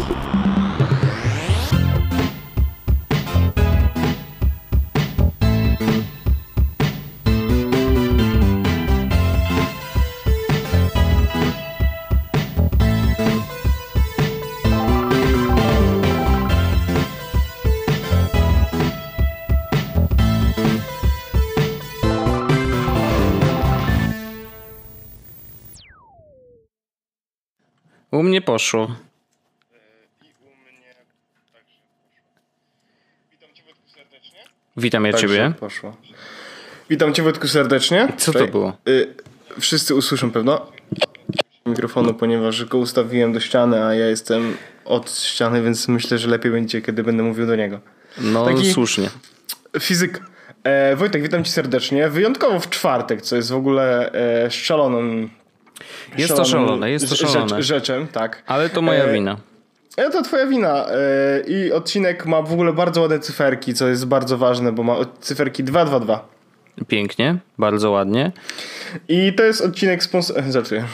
U mnie poszło. I u mnie także poszło. Witam cię, Wojtku, serdecznie. Witam ja ciebie. Poszło. Witam cię, Wojtku, serdecznie. Co to było? Wszyscy usłyszą pewno mikrofonu, ponieważ go ustawiłem do ściany, a ja jestem od ściany, więc myślę, że lepiej będzie, kiedy będę mówił do niego. No słusznie. Fizyk. Wojtek, witam cię serdecznie. Wyjątkowo w czwartek, co jest w ogóle szaloną. Jest to szalone. Rzeczem, tak. Ale to moja wina. To twoja wina. I odcinek ma w ogóle bardzo ładne cyferki, co jest bardzo ważne, bo ma cyferki 222. Pięknie, bardzo ładnie. I to jest odcinek Żartuję.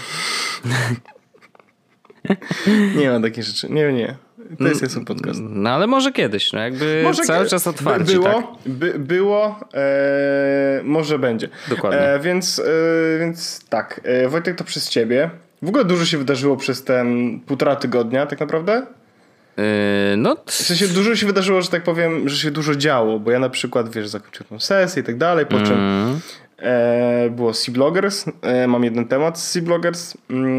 Nie ma takich rzeczy. Nie. To jest podcast. No ale może kiedyś, no jakby może cały czas otwarcie. Było, może będzie. Dokładnie. Więc tak, Wojtek, to przez ciebie. W ogóle dużo się wydarzyło przez ten 1,5 tygodnia tak naprawdę? W sensie dużo się wydarzyło, że tak powiem, że się dużo działo, bo ja na przykład, zakończyłem sesję i tak dalej, po czym było C-Bloggers, mam jeden temat z C-Bloggers.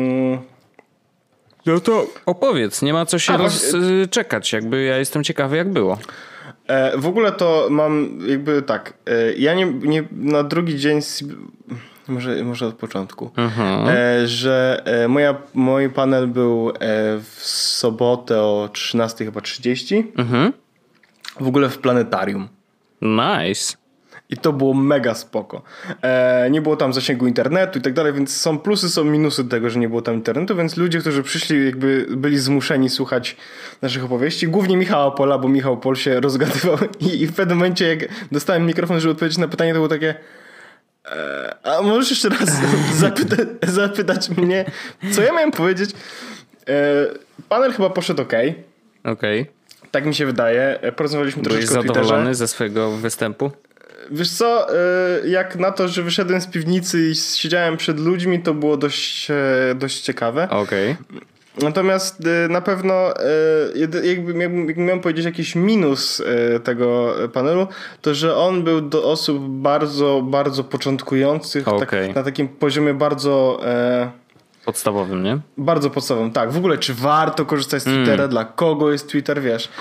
No to opowiedz, nie ma co się czekać, jakby ja jestem ciekawy jak było. W ogóle to mam jakby tak, ja nie na drugi dzień, może od początku, że mój panel był w sobotę o 13 chyba 30, w ogóle w planetarium. Nice. I to było mega spoko. Nie było tam zasięgu internetu i tak dalej, więc są plusy, są minusy tego, że nie było tam internetu, więc ludzie, którzy przyszli, jakby byli zmuszeni słuchać naszych opowieści. Głównie Michała Pola, bo Michał Pol się rozgadywał i w pewnym momencie, jak dostałem mikrofon, żeby odpowiedzieć na pytanie, to było takie a możesz jeszcze raz zapytać mnie, co ja miałem powiedzieć? Panel chyba poszedł okej. Tak mi się wydaje. Porozmawialiśmy troszeczkę o Twitterze. Byłeś zadowolony ze swojego występu? Wiesz co, jak na to, że wyszedłem z piwnicy i siedziałem przed ludźmi, to było dość ciekawe. Natomiast na pewno jakby miałem powiedzieć jakiś minus tego panelu, to że on był do osób bardzo, bardzo początkujących, tak, na takim poziomie bardzo... podstawowym, nie? Bardzo podstawowym, tak. W ogóle, czy warto korzystać z Twittera, dla kogo jest Twitter, wiesz.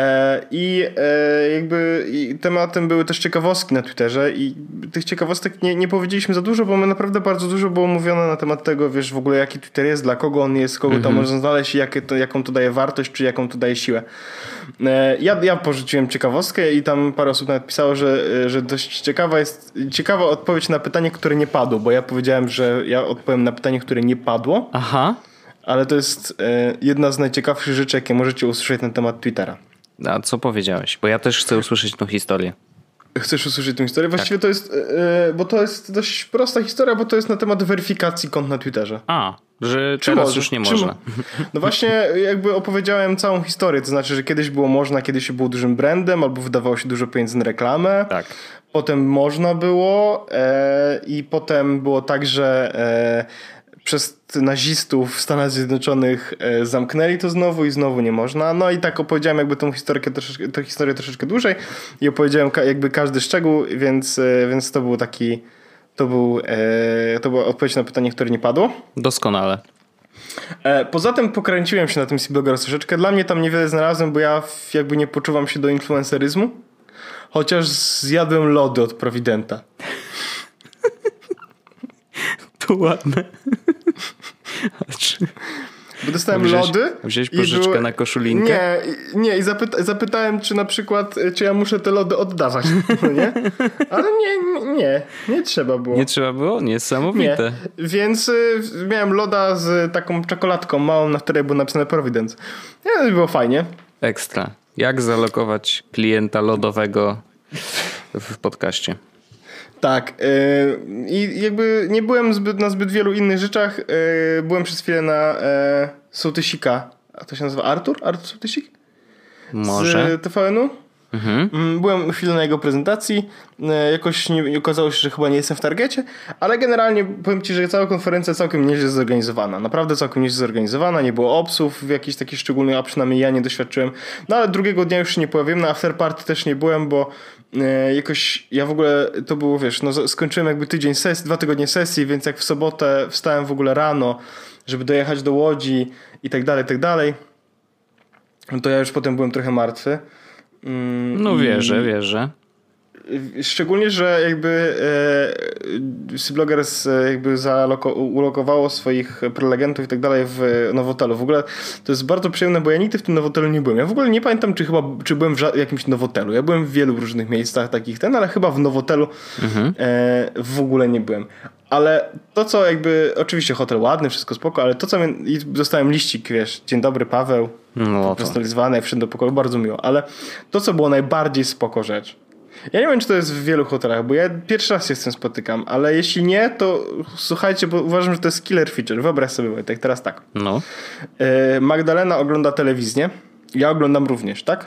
Jakby tematem były też ciekawostki na Twitterze i tych ciekawostek nie powiedzieliśmy za dużo, bo my naprawdę bardzo dużo było mówione na temat tego, wiesz, w ogóle jaki Twitter jest, dla kogo on jest, kogo tam można znaleźć i jaką to daje wartość, czy jaką to daje siłę. Ja porzuciłem ciekawostkę i tam parę osób nawet pisało, że dość ciekawa odpowiedź na pytanie, które nie padło, bo ja powiedziałem, że ja odpowiem na pytanie, które nie padło. Aha. Ale to jest jedna z najciekawszych rzeczy, jakie możecie usłyszeć na temat Twittera. A co powiedziałeś? Bo ja też chcę usłyszeć tą historię. Chcesz usłyszeć tę historię? Właściwie to jest, bo to jest dość prosta historia, bo to jest na temat weryfikacji kont na Twitterze. Że teraz już nie można. No właśnie jakby opowiedziałem całą historię, to znaczy, że kiedyś było można, kiedyś się było dużym brandem, albo wydawało się dużo pieniędzy na reklamę. Tak. Potem można było i potem było tak, że przez nazistów w Stanach Zjednoczonych zamknęli to znowu i znowu nie można. No i tak opowiedziałem jakby tę historię troszeczkę dłużej i opowiedziałem jakby każdy szczegół, więc to był taki... To była odpowiedź na pytanie, które nie padło. Doskonale. Poza tym pokręciłem się na tym C-Bloggers troszeczkę. Dla mnie tam niewiele znalazłem, bo ja jakby nie poczuwam się do influenceryzmu. Chociaż zjadłem lody od Providenta. To ładne. Bo dostałem lody. Wziąłeś pożyczkę na koszulinkę? Nie i zapytałem, czy na przykład, czy ja muszę te lody oddawać. No nie? Ale nie trzeba było. Nie trzeba było? Niesamowite. Nie. Więc miałem loda z taką czekoladką małą, na której było napisane Providence. Nie, było fajnie. Ekstra. Jak zalokować klienta lodowego w podcaście? Tak. I jakby nie byłem na zbyt wielu innych rzeczach. Byłem przez chwilę na sołtysika a to się nazywa Artur? Artur Sołtysik? Może. Z TVN-u? Byłem chwilę na jego prezentacji, jakoś nie okazało się, że chyba nie jestem w targecie, ale generalnie powiem ci, że cała konferencja całkiem nieźle zorganizowana, naprawdę całkiem nieźle zorganizowana, nie było obsów w jakiś taki szczególny, a przynajmniej ja nie doświadczyłem, no ale drugiego dnia już się nie pojawiłem, na afterparty też nie byłem, bo jakoś ja w ogóle, to było wiesz, no skończyłem jakby tydzień sesji, 2 tygodnie sesji, więc jak w sobotę wstałem w ogóle rano, żeby dojechać do Łodzi i tak dalej, to ja już potem byłem trochę martwy. No wierzę. Szczególnie, że jakby Bloggers jakby ulokowało swoich prelegentów i tak dalej w Nowotelu. W ogóle to jest bardzo przyjemne, bo ja nigdy w tym Nowotelu nie byłem. Ja w ogóle nie pamiętam, czy byłem w jakimś Nowotelu. Ja byłem w wielu różnych miejscach takich, ale chyba w Nowotelu w ogóle nie byłem. Ale to, co jakby, oczywiście hotel ładny, wszystko spoko, ale to, co i dostałem liścik, wiesz, dzień dobry Paweł, personalizowany, jak wszedłem do pokoju, bardzo miło, ale to, co było najbardziej spoko rzecz, ja nie wiem, czy to jest w wielu hotelach, bo ja pierwszy raz się z tym spotykam, ale jeśli nie, to słuchajcie, bo uważam, że to jest killer feature. Wyobraź sobie, Wojtek, teraz tak. No. Magdalena ogląda telewizję, ja oglądam również, tak?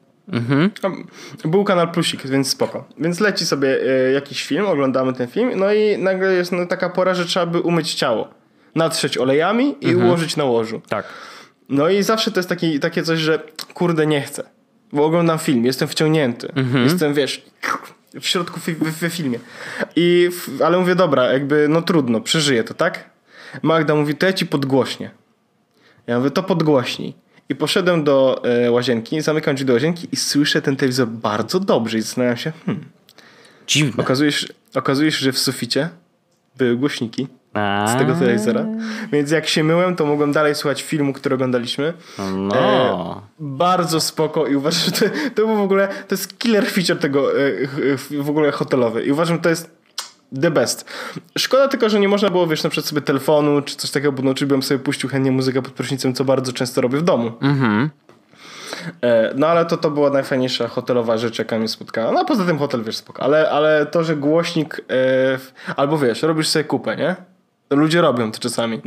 Był Kanal Plusik, więc spoko. Więc leci sobie jakiś film, oglądamy ten film, no i nagle jest taka pora, że trzeba by umyć ciało. Natrzeć olejami i ułożyć na łożu. Tak. No i zawsze to jest takie coś, że kurde nie chcę, bo oglądam film, jestem wciągnięty. Jestem, wiesz, w środku we filmie. Ale mówię, dobra, jakby no trudno, przeżyję to, tak? Magda mówi, to ja ci podgłośnię. Ja mówię, to podgłośnij. I poszedłem do łazienki, zamykam drzwi do łazienki i słyszę ten telewizor bardzo dobrze i zastanawiam się, dziwne. Okazuje się, że w suficie były głośniki z tego telewizora. Więc jak się myłem, to mogłem dalej słuchać filmu, który oglądaliśmy. No. Bardzo spoko i uważam, że to był w ogóle, to jest killer feature tego w ogóle hotelowy. I uważam, że to jest the best. Szkoda tylko, że nie można było, wiesz, na przykład sobie telefonu czy coś takiego, bo no, czy bym sobie puścił chętnie muzykę pod prysznicem, co bardzo często robię w domu. No ale to była najfajniejsza hotelowa rzecz, jaka mnie spotkała. No a poza tym hotel, wiesz, spoko. Ale to, że głośnik albo wiesz, robisz sobie kupę, nie? To ludzie robią to czasami.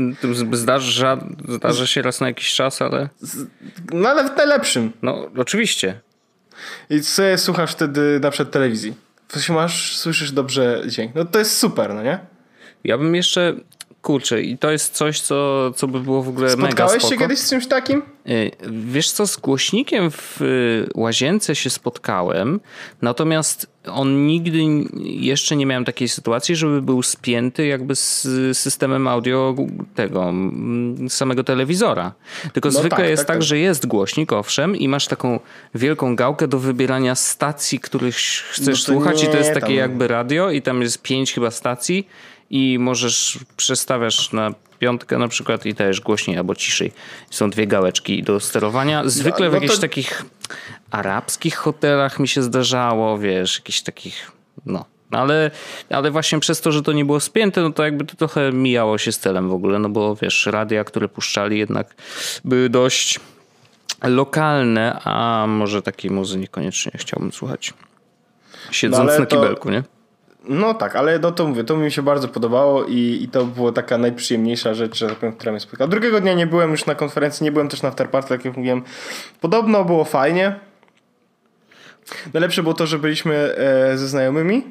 Zdarza się raz na jakiś czas, ale... No ale w najlepszym. No oczywiście. I sobie słuchasz wtedy na przykład telewizji. Słyszysz dobrze dźwięk. No to jest super, no nie? Ja bym jeszcze... Kurczę, i to jest coś, co by było w ogóle mega spoko. Spotkałeś się kiedyś z czymś takim? Wiesz co, z głośnikiem w łazience się spotkałem, natomiast on nigdy jeszcze nie miałem takiej sytuacji, żeby był spięty jakby z systemem audio tego samego telewizora. Tylko no zwykle jest tak, że jest głośnik, owszem, i masz taką wielką gałkę do wybierania stacji, których chcesz słuchać i to jest takie jakby radio i tam jest 5 chyba stacji. I możesz przestawiasz na 5 na przykład i dajesz głośniej albo ciszej. Są 2 gałeczki do sterowania. Zwykle w jakichś takich arabskich hotelach mi się zdarzało, wiesz, jakichś takich, no. Ale właśnie przez to, że to nie było spięte, no to jakby to trochę mijało się z celem w ogóle, no bo wiesz, radia, które puszczali jednak były dość lokalne, a może takiej muzy niekoniecznie chciałbym słuchać. Siedząc na kibelku, nie? No tak, ale no to mówię, to mi się bardzo podobało i to była taka najprzyjemniejsza rzecz, że tak powiem, która mnie spotkała. Drugiego dnia nie byłem już na konferencji, nie byłem też na afterparty, tak jak mówiłem. Podobno było fajnie. Najlepsze było to, że byliśmy ze znajomymi,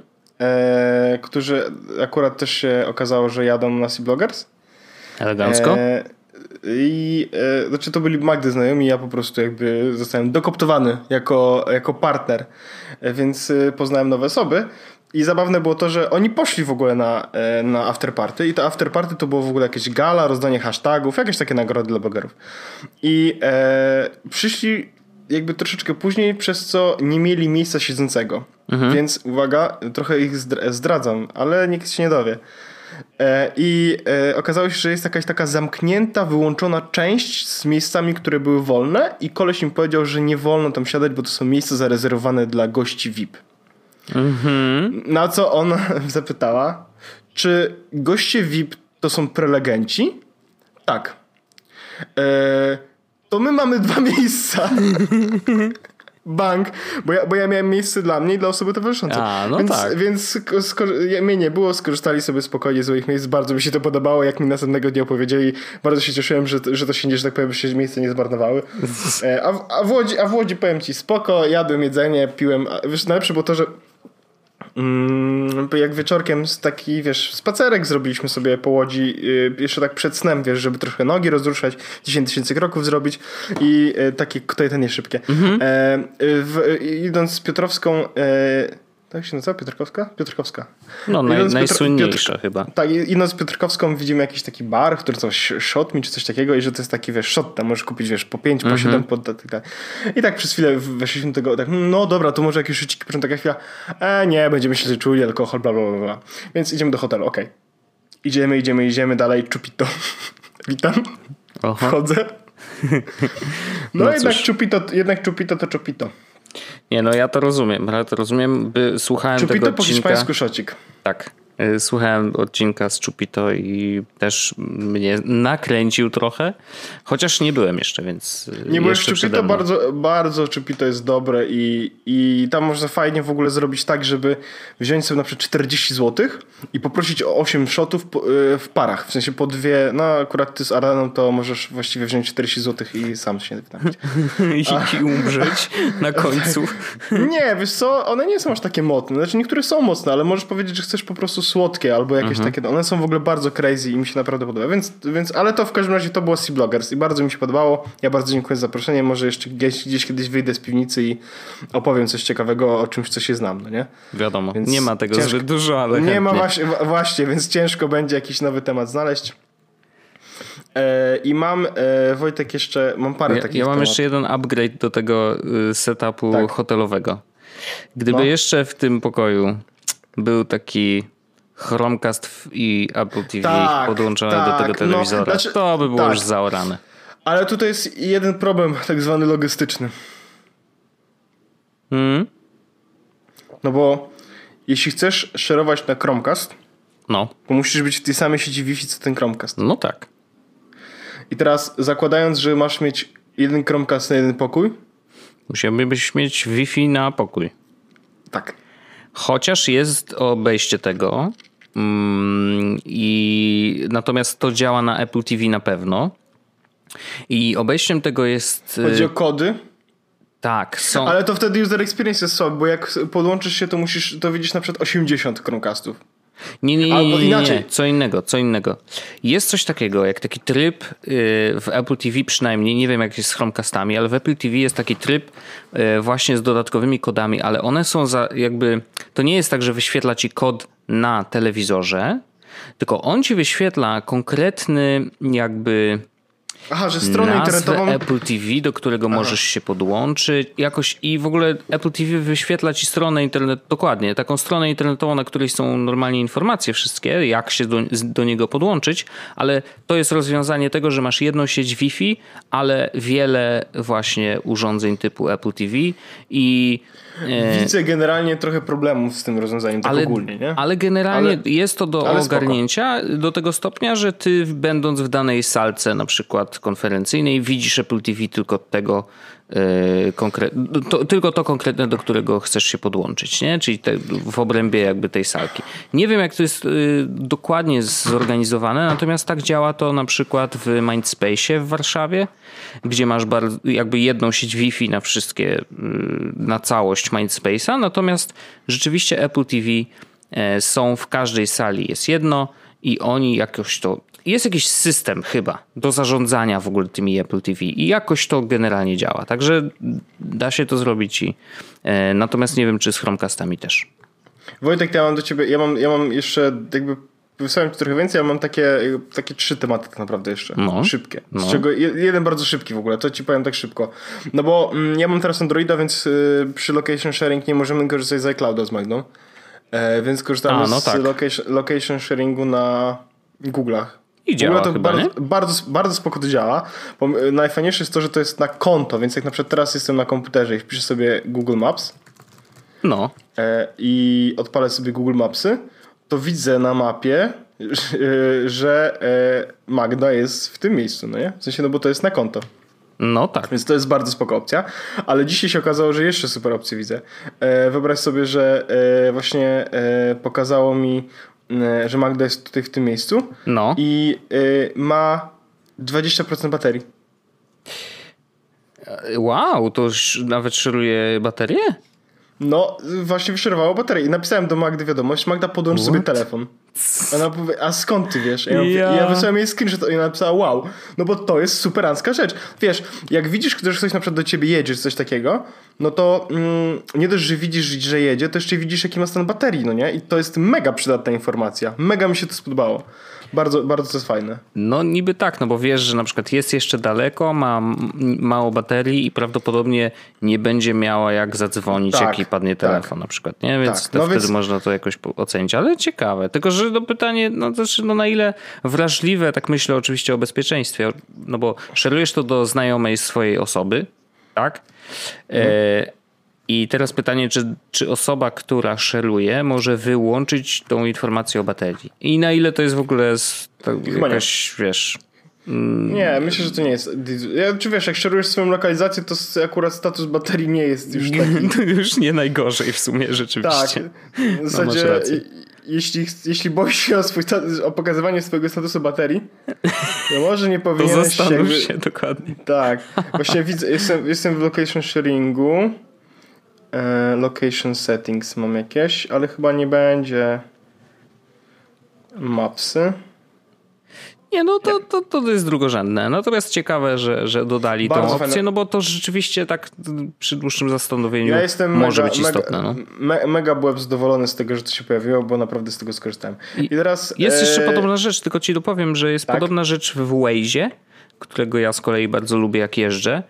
którzy akurat też się okazało, że jadą na Bloggers. Elegancko. Znaczy to byli Magdy znajomi, ja po prostu jakby zostałem dokoptowany jako partner, więc poznałem nowe osoby. I zabawne było to, że oni poszli w ogóle na afterparty i to afterparty to było w ogóle jakieś gala, rozdanie hashtagów, jakieś takie nagrody dla blogerów. I przyszli jakby troszeczkę później, przez co nie mieli miejsca siedzącego. Więc uwaga, trochę ich zdradzam, ale nikt się nie dowie. Okazało się, że jest jakaś taka zamknięta, wyłączona część z miejscami, które były wolne i koleś im powiedział, że nie wolno tam siadać, bo to są miejsca zarezerwowane dla gości VIP. Na co ona zapytała, czy goście VIP to są prelegenci? Tak. To my mamy 2 miejsca. bank, bo ja miałem miejsce dla mnie i dla osoby towarzyszącej. Więc mnie nie było, skorzystali sobie spokojnie z moich miejsc. Bardzo mi się to podobało, jak mi następnego dnia opowiedzieli. Bardzo się cieszyłem, że to się, że tak powiem, się miejsce nie zmarnowały. A w Łodzi powiem ci spoko, jadłem jedzenie, piłem. Wiesz, najlepsze było to, że jak wieczorkiem taki, wiesz, spacerek zrobiliśmy sobie po Łodzi, jeszcze tak przed snem, wiesz, żeby trochę nogi rozruszać, 10 000 kroków zrobić i takie, to nie szybkie. Idąc z Piotrowską, tak się nazywa? Piotrkowska. No, najsłynniejsza chyba. Tak, idąc z Piotrkowską widzimy jakiś taki bar, który coś shot mi, czy coś takiego i że to jest taki, wiesz, shot, tam możesz kupić, wiesz, po 5, po 7, I tak przez chwilę weszliśmy do tego, tak, no dobra, to może jakieś szyciki, potem taka chwila, nie, będziemy się czuli, alkohol, bla, bla, bla. Więc idziemy do hotelu, okej. Idziemy dalej, Chupito. Witam. Wchodzę. No jednak Chupito to Chupito. Nie, no ja to rozumiem. Słuchałem Chupito tego odcinka. po hiszpańsku szocik. Tak. Słuchałem odcinka z Chupito i też mnie nakręcił trochę, chociaż nie byłem jeszcze, więc nie byłeś w Chupito, bardzo Chupito jest dobre i tam można fajnie w ogóle zrobić tak, żeby wziąć sobie na przykład 40 zł i poprosić o 8 shotów w parach, w sensie po dwie, no akurat ty z Araną to możesz właściwie wziąć 40 zł i sam się napić. I umrzeć na końcu. Nie, wiesz co, one nie są aż takie mocne, znaczy niektóre są mocne, ale możesz powiedzieć, że chcesz po prostu słodkie albo jakieś takie, one są w ogóle bardzo crazy i mi się naprawdę podoba, więc ale to w każdym razie to było Sea Bloggers i bardzo mi się podobało, ja bardzo dziękuję za zaproszenie, może jeszcze gdzieś kiedyś wyjdę z piwnicy i opowiem coś ciekawego o czymś, co się znam, no nie? Wiadomo, więc nie ma tego zbyt dużo, ale nie ma właśnie, więc ciężko będzie jakiś nowy temat znaleźć. I mam, Wojtek, jeszcze mam parę takich Ja mam tematów. jeszcze jeden upgrade do tego setupu hotelowego. Gdyby jeszcze w tym pokoju był taki Chromecast i Apple TV podłączone do tego telewizora, to by było już zaorane. Ale tutaj jest jeden problem, tak zwany logistyczny. No bo jeśli chcesz szerować na Chromecast, to musisz być w tej samej sieci Wi-Fi co ten Chromecast. No tak. I teraz zakładając, że masz mieć jeden Chromecast na jeden pokój, musiałbyś mieć Wi-Fi na pokój. Tak. Chociaż jest obejście tego i natomiast to działa na Apple TV na pewno. I obejściem tego jest... Chodzi o kody? Tak, są. Ale to wtedy user experience jest słaby, bo jak podłączysz się, to widzisz na przykład 80 Chromecastów. Nie, co innego. Jest coś takiego, jak taki tryb w Apple TV przynajmniej, nie wiem jak jest z Chromecastami, ale w Apple TV jest taki tryb właśnie z dodatkowymi kodami, ale one są to nie jest tak, że wyświetla ci kod na telewizorze, tylko on ci wyświetla konkretny że stronę internetową Apple TV, do którego możesz się podłączyć jakoś i w ogóle Apple TV wyświetla ci stronę internetową, dokładnie, taką stronę internetową, na której są normalnie informacje wszystkie, jak się do niego podłączyć, ale to jest rozwiązanie tego, że masz jedną sieć Wi-Fi, ale wiele właśnie urządzeń typu Apple TV i widzę generalnie trochę problemów z tym rozwiązaniem, tak ogólnie, nie? Ale generalnie jest to do ogarnięcia do tego stopnia, że ty będąc w danej salce na przykład konferencyjnej widzisz Apple TV tylko tylko to konkretne, do którego chcesz się podłączyć, nie? Czyli w obrębie tej salki. Nie wiem jak to jest dokładnie zorganizowane, natomiast tak działa to na przykład w Mindspace'ie w Warszawie, gdzie masz jedną sieć Wi-Fi na wszystkie, na całość Mindspace'a, natomiast rzeczywiście Apple TV są w każdej sali, jest jedno i oni jakoś to... Jest jakiś system chyba do zarządzania w ogóle tymi Apple TV i jakoś to generalnie działa. Także da się to zrobić natomiast nie wiem, czy z Chromecastami też. Wojtek, ja mam do ciebie, ja mam jeszcze wysłałem ci trochę więcej, ja mam takie 3 tematy tak naprawdę jeszcze. Szybkie. Z czego jeden bardzo szybki w ogóle, to ci powiem tak szybko. No bo ja mam teraz Androida, więc przy location sharing nie możemy korzystać z iClouda z Magdą. Więc korzystamy z location sharingu na Google'ach. I działa to chyba, bardzo spoko to działa. Bo najfajniejsze jest to, że to jest na konto, więc jak na przykład teraz jestem na komputerze i wpiszę sobie Google Maps i odpalę sobie Google Mapsy, to widzę na mapie, że Magda jest w tym miejscu, no nie? W sensie, bo to jest na konto. No tak. Więc to jest bardzo spoko opcja. Ale dzisiaj się okazało, że jeszcze super opcję widzę. Wyobraź sobie, że właśnie pokazało mi, że Magda jest tutaj w tym miejscu i ma 20% baterii. Wow, to już nawet szeruje baterię? No, właśnie wyszerowało baterię i napisałem do Magdy wiadomość: Magda, podłącz sobie telefon. Ona powie, a skąd ty wiesz? Ja wysłałem jej screenshot i ona napisała wow, no bo to jest superancka rzecz. Wiesz, jak widzisz, że ktoś na przykład do ciebie jedzie, czy coś takiego, no to nie dość, że widzisz, że jedzie, to jeszcze widzisz, jaki ma stan baterii, no nie? I to jest mega przydatna informacja. Mega mi się to spodobało. Bardzo, bardzo to jest fajne. No niby tak, no bo wiesz, że na przykład jest jeszcze daleko, ma mało baterii i prawdopodobnie nie będzie miała jak zadzwonić, jak jej padnie telefon na przykład, nie? Więc wtedy można to jakoś ocenić, ale ciekawe. Tylko, że pytanie, na ile wrażliwe, tak myślę oczywiście o bezpieczeństwie, no bo szerujesz to do znajomej swojej osoby, tak? I teraz pytanie, czy osoba, która szeruje, może wyłączyć tą informację o baterii? I na ile to jest w ogóle jakaś, wiesz... Nie, myślę, że to nie jest. Czy wiesz, jak szerujesz swoją lokalizację, to akurat status baterii nie jest już taki... To już nie najgorzej w sumie, rzeczywiście. Tak, w zasadzie jeśli boisz się o pokazywanie swojego statusu baterii, to może nie powinieneś... To zastanów się dokładnie. Tak, właśnie widzę, jestem w location sharingu. Location settings mam jakieś, ale chyba nie będzie mapsy. Nie, no to jest drugorzędne. Natomiast ciekawe, że dodali bardzo tą opcję, fajne. No bo to rzeczywiście tak przy dłuższym zastanowieniu może być istotne. Mega byłem zadowolony z tego, że to się pojawiło, bo naprawdę z tego skorzystałem. I teraz, jest jeszcze podobna rzecz, tylko ci dopowiem, że jest podobna rzecz w Waze'ie, którego ja z kolei bardzo lubię, jak jeżdżę.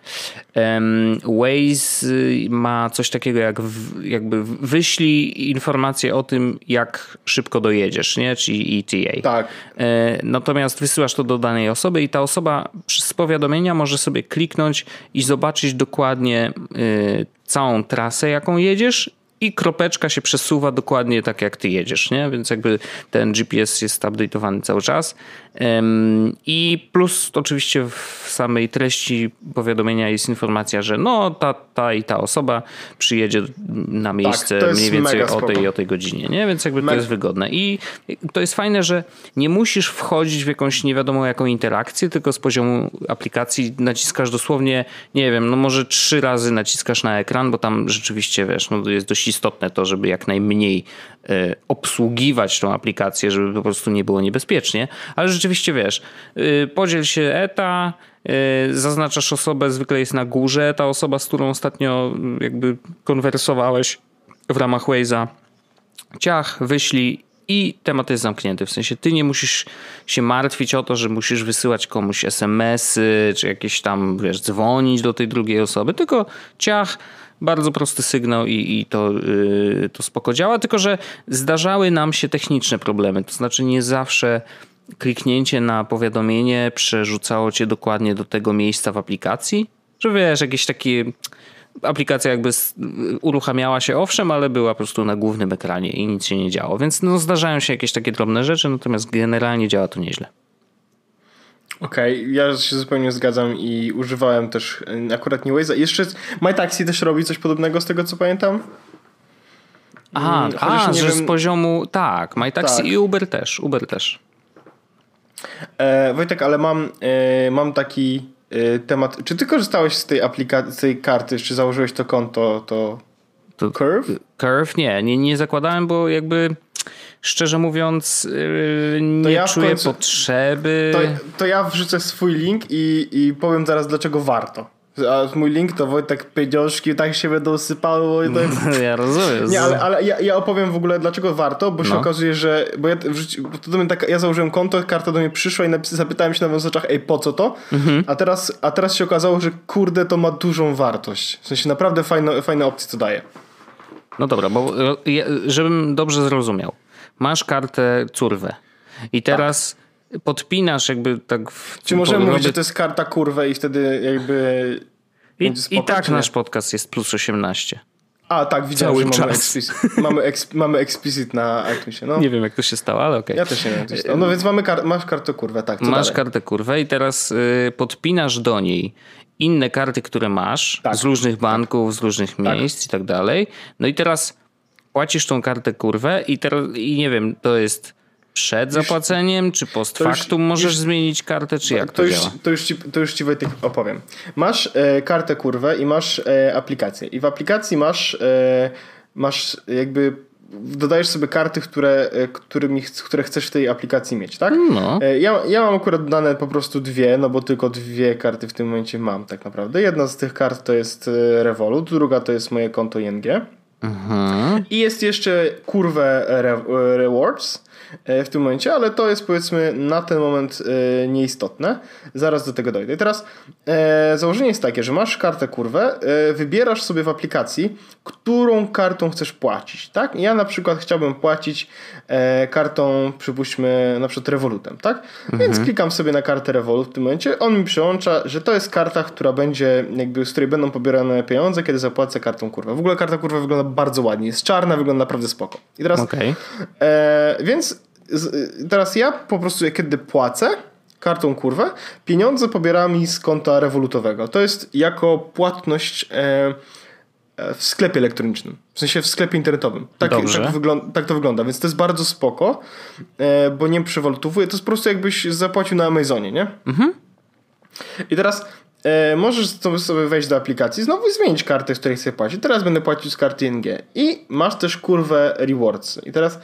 Waze ma coś takiego jakby wyślij informację o tym, jak szybko dojedziesz, nie? Czyli ETA. Tak. Natomiast wysyłasz to do danej osoby i ta osoba z powiadomienia może sobie kliknąć i zobaczyć dokładnie całą trasę, jaką jedziesz, i kropeczka się przesuwa dokładnie tak, jak ty jedziesz, nie? Więc jakby ten GPS jest update'owany cały czas. I plus oczywiście w samej treści powiadomienia jest informacja, że no ta i ta osoba przyjedzie na miejsce mniej więcej o tej godzinie, nie? Więc jakby to jest wygodne. I to jest fajne, że nie musisz wchodzić w jakąś nie wiadomo jaką interakcję, tylko z poziomu aplikacji naciskasz dosłownie, nie wiem, no może 3 razy naciskasz na ekran, bo tam rzeczywiście, wiesz, no jest dość istotne to, żeby jak najmniej obsługiwać tą aplikację, żeby po prostu nie było niebezpiecznie, ale rzeczywiście wiesz, podziel się ETA, zaznaczasz osobę, zwykle jest na górze, ta osoba, z którą ostatnio jakby konwersowałeś w ramach Waze'a, ciach, wyślij i temat jest zamknięty. W sensie ty nie musisz się martwić o to, że musisz wysyłać komuś SMS-y, czy jakieś tam, wiesz, dzwonić do tej drugiej osoby, tylko ciach, bardzo prosty sygnał i to spoko działa, tylko że zdarzały nam się techniczne problemy, to znaczy nie zawsze kliknięcie na powiadomienie przerzucało cię dokładnie do tego miejsca w aplikacji, że wiesz, jakieś takie aplikacja jakby uruchamiała się owszem, ale była po prostu na głównym ekranie i nic się nie działo, więc no zdarzają się jakieś takie drobne rzeczy, natomiast generalnie działa to nieźle. Okej, ja się zupełnie zgadzam i używałem też akurat nie Waze'a. Jeszcze MyTaxi też robi coś podobnego z tego, co pamiętam. Że z poziomu, tak, MyTaxi tak. I Uber też. Wojtek, ale mam taki temat. Czy ty korzystałeś z tej aplikacji, z tej karty, czy założyłeś to konto, to Curve? Curve? Nie zakładałem, bo jakby szczerze mówiąc nie czuję potrzeby. To ja wrzucę swój link i powiem zaraz, dlaczego warto. A mój link to Wojtek pieniążki tak się będą sypały. Ja rozumiem. Nie, ale ja opowiem w ogóle, dlaczego warto, bo się okazuje, że bo ja założyłem konto, karta do mnie przyszła i zapytałem się na oczach, po co to? A teraz się okazało, że kurde, to ma dużą wartość. W sensie naprawdę fajne opcje to daje. No dobra, bo żebym dobrze zrozumiał. Masz kartę Curve i teraz podpinasz jakby tak... Czy możemy mówić, że to jest karta kurwę i wtedy jakby... I tak nasz podcast jest plus 18. A tak, widziałem, że mamy explicit na iTunesie. No. Nie wiem jak to się stało, ale okej. Ja też nie wiem jak to się stało. No więc masz kartę kurwę, tak. Masz kartę kurwę i teraz podpinasz do niej inne karty, które masz z różnych banków, z różnych miejsc i tak dalej. No i teraz płacisz tą kartę kurwę i nie wiem, to jest przed zapłaceniem, czy post factum możesz zmienić kartę, czy jak to działa? To już ci Wojtek opowiem. Masz kartę kurwę i masz aplikację. I w aplikacji masz jakby dodajesz sobie karty, które chcesz w tej aplikacji mieć, tak? No. Ja mam akurat dodane po prostu dwie, no bo tylko dwie karty w tym momencie mam tak naprawdę. Jedna z tych kart to jest Revolut, druga to jest moje konto ING. I jest jeszcze kurwę Rewards w tym momencie, ale to jest powiedzmy na ten moment nieistotne. Zaraz do tego dojdę. I teraz założenie jest takie, że masz kartę kurwę, wybierasz sobie w aplikacji, którą kartą chcesz płacić, tak? Ja na przykład chciałbym płacić kartą, przypuśćmy na przykład Revolutem, tak? Więc klikam sobie na kartę Revolut w tym momencie, on mi przełącza, że to jest karta, która będzie jakby, z której będą pobierane pieniądze, kiedy zapłacę kartą kurwę. W ogóle karta kurwa wygląda bardzo ładnie, jest czarna, wygląda naprawdę spoko. I teraz więc teraz ja po prostu kiedy płacę kartą kurwę, pieniądze pobiera mi z konta Revolutowego. To jest jako płatność w sklepie elektronicznym. W sensie w sklepie internetowym. Tak to wygląda. Więc to jest bardzo spoko, bo nie przewalutowuje. To jest po prostu jakbyś zapłacił na Amazonie, nie? I teraz możesz sobie wejść do aplikacji, znowu zmienić kartę, z której chcesz płacić. Teraz będę płacił z karty ING. I masz też kurwę rewards. I teraz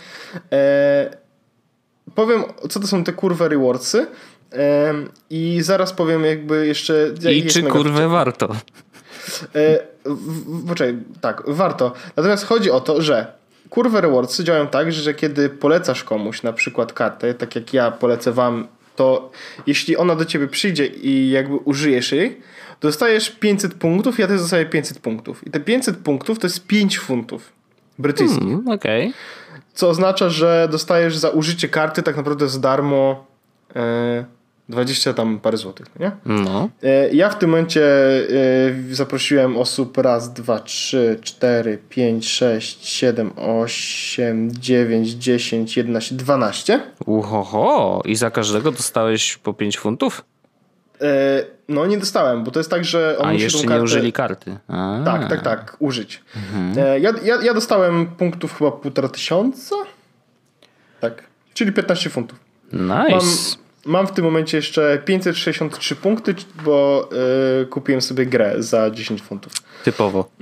powiem, co to są te kurwę rewardsy. I zaraz powiem jakby jeszcze... I czy kurwę warto? Poczekaj, tak, warto. Natomiast chodzi o to, że kurwę rewardsy działają tak, że kiedy polecasz komuś na przykład kartę, tak jak ja polecę wam, to jeśli ona do ciebie przyjdzie i jakby użyjesz jej, dostajesz 500 punktów, ja też dostaję 500 punktów. I te 500 punktów to jest 5 funtów brytyjskich. Okej. Co oznacza, że dostajesz za użycie karty tak naprawdę za darmo 20 tam parę złotych, nie? No. Ja w tym momencie zaprosiłem osób raz, 2, 3, 4, 5, 6, 7, 8, 9, 10, 11, 12. Uhoho! I za każdego dostałeś po 5 funtów? No nie dostałem, bo to jest tak, że on musi jeszcze tą kartę... nie użyli karty. Tak, użyć. Ja dostałem punktów chyba 1500. Tak, czyli 15 funtów. Nice. Mam w tym momencie jeszcze 563 punkty, bo kupiłem sobie grę za 10 funtów. Typowo.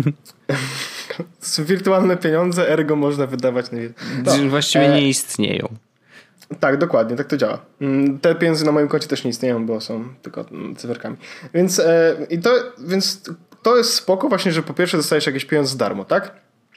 Są wirtualne pieniądze, ergo można wydawać na... Właściwie nie istnieją. Tak, dokładnie, tak to działa. Te pieniądze na moim koncie też nie istnieją, bo są tylko cyferkami. Więc to jest spoko właśnie, że po pierwsze dostajesz jakieś pieniądze za darmo, tak?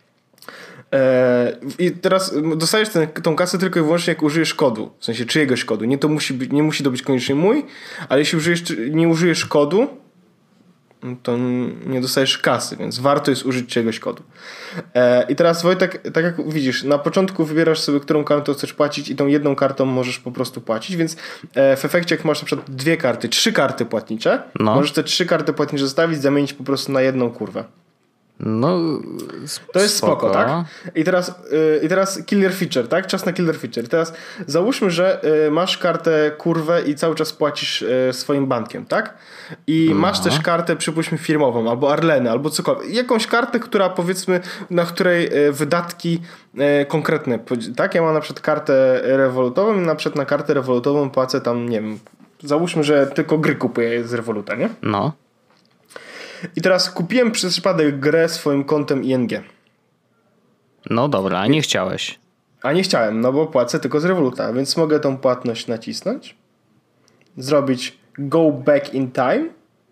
I teraz dostajesz tą kasę tylko i wyłącznie jak użyjesz kodu, w sensie czyjegoś kodu. Nie musi to być koniecznie mój, ale jeśli nie użyjesz kodu, to nie dostajesz kasy, więc warto jest użyć czyjegoś kodu. I teraz Wojtek, tak jak widzisz, na początku wybierasz sobie, którą kartą chcesz płacić i tą jedną kartą możesz po prostu płacić, więc w efekcie jak masz na przykład 2 karty, 3 karty płatnicze, możesz te 3 karty płatnicze zostawić, zamienić po prostu na jedną kurwę. No, to jest spoko, tak? I teraz killer feature, tak? Czas na killer feature. Teraz załóżmy, że masz kartę kurwę i cały czas płacisz swoim bankiem, tak? I masz też kartę, przypuśćmy, firmową, albo Arleny, albo cokolwiek. Jakąś kartę, która powiedzmy, na której wydatki konkretne, tak? Ja mam na przykład kartę Revolutową i na przykład na kartę Revolutową płacę tam, nie wiem, załóżmy, że tylko gry kupuję z Revoluta, nie? No. I teraz kupiłem przez przypadek grę swoim kontem ING. No dobra, a nie chciałeś. A nie chciałem, no bo płacę tylko z Revoluta, więc mogę tą płatność nacisnąć. Zrobić go back in time.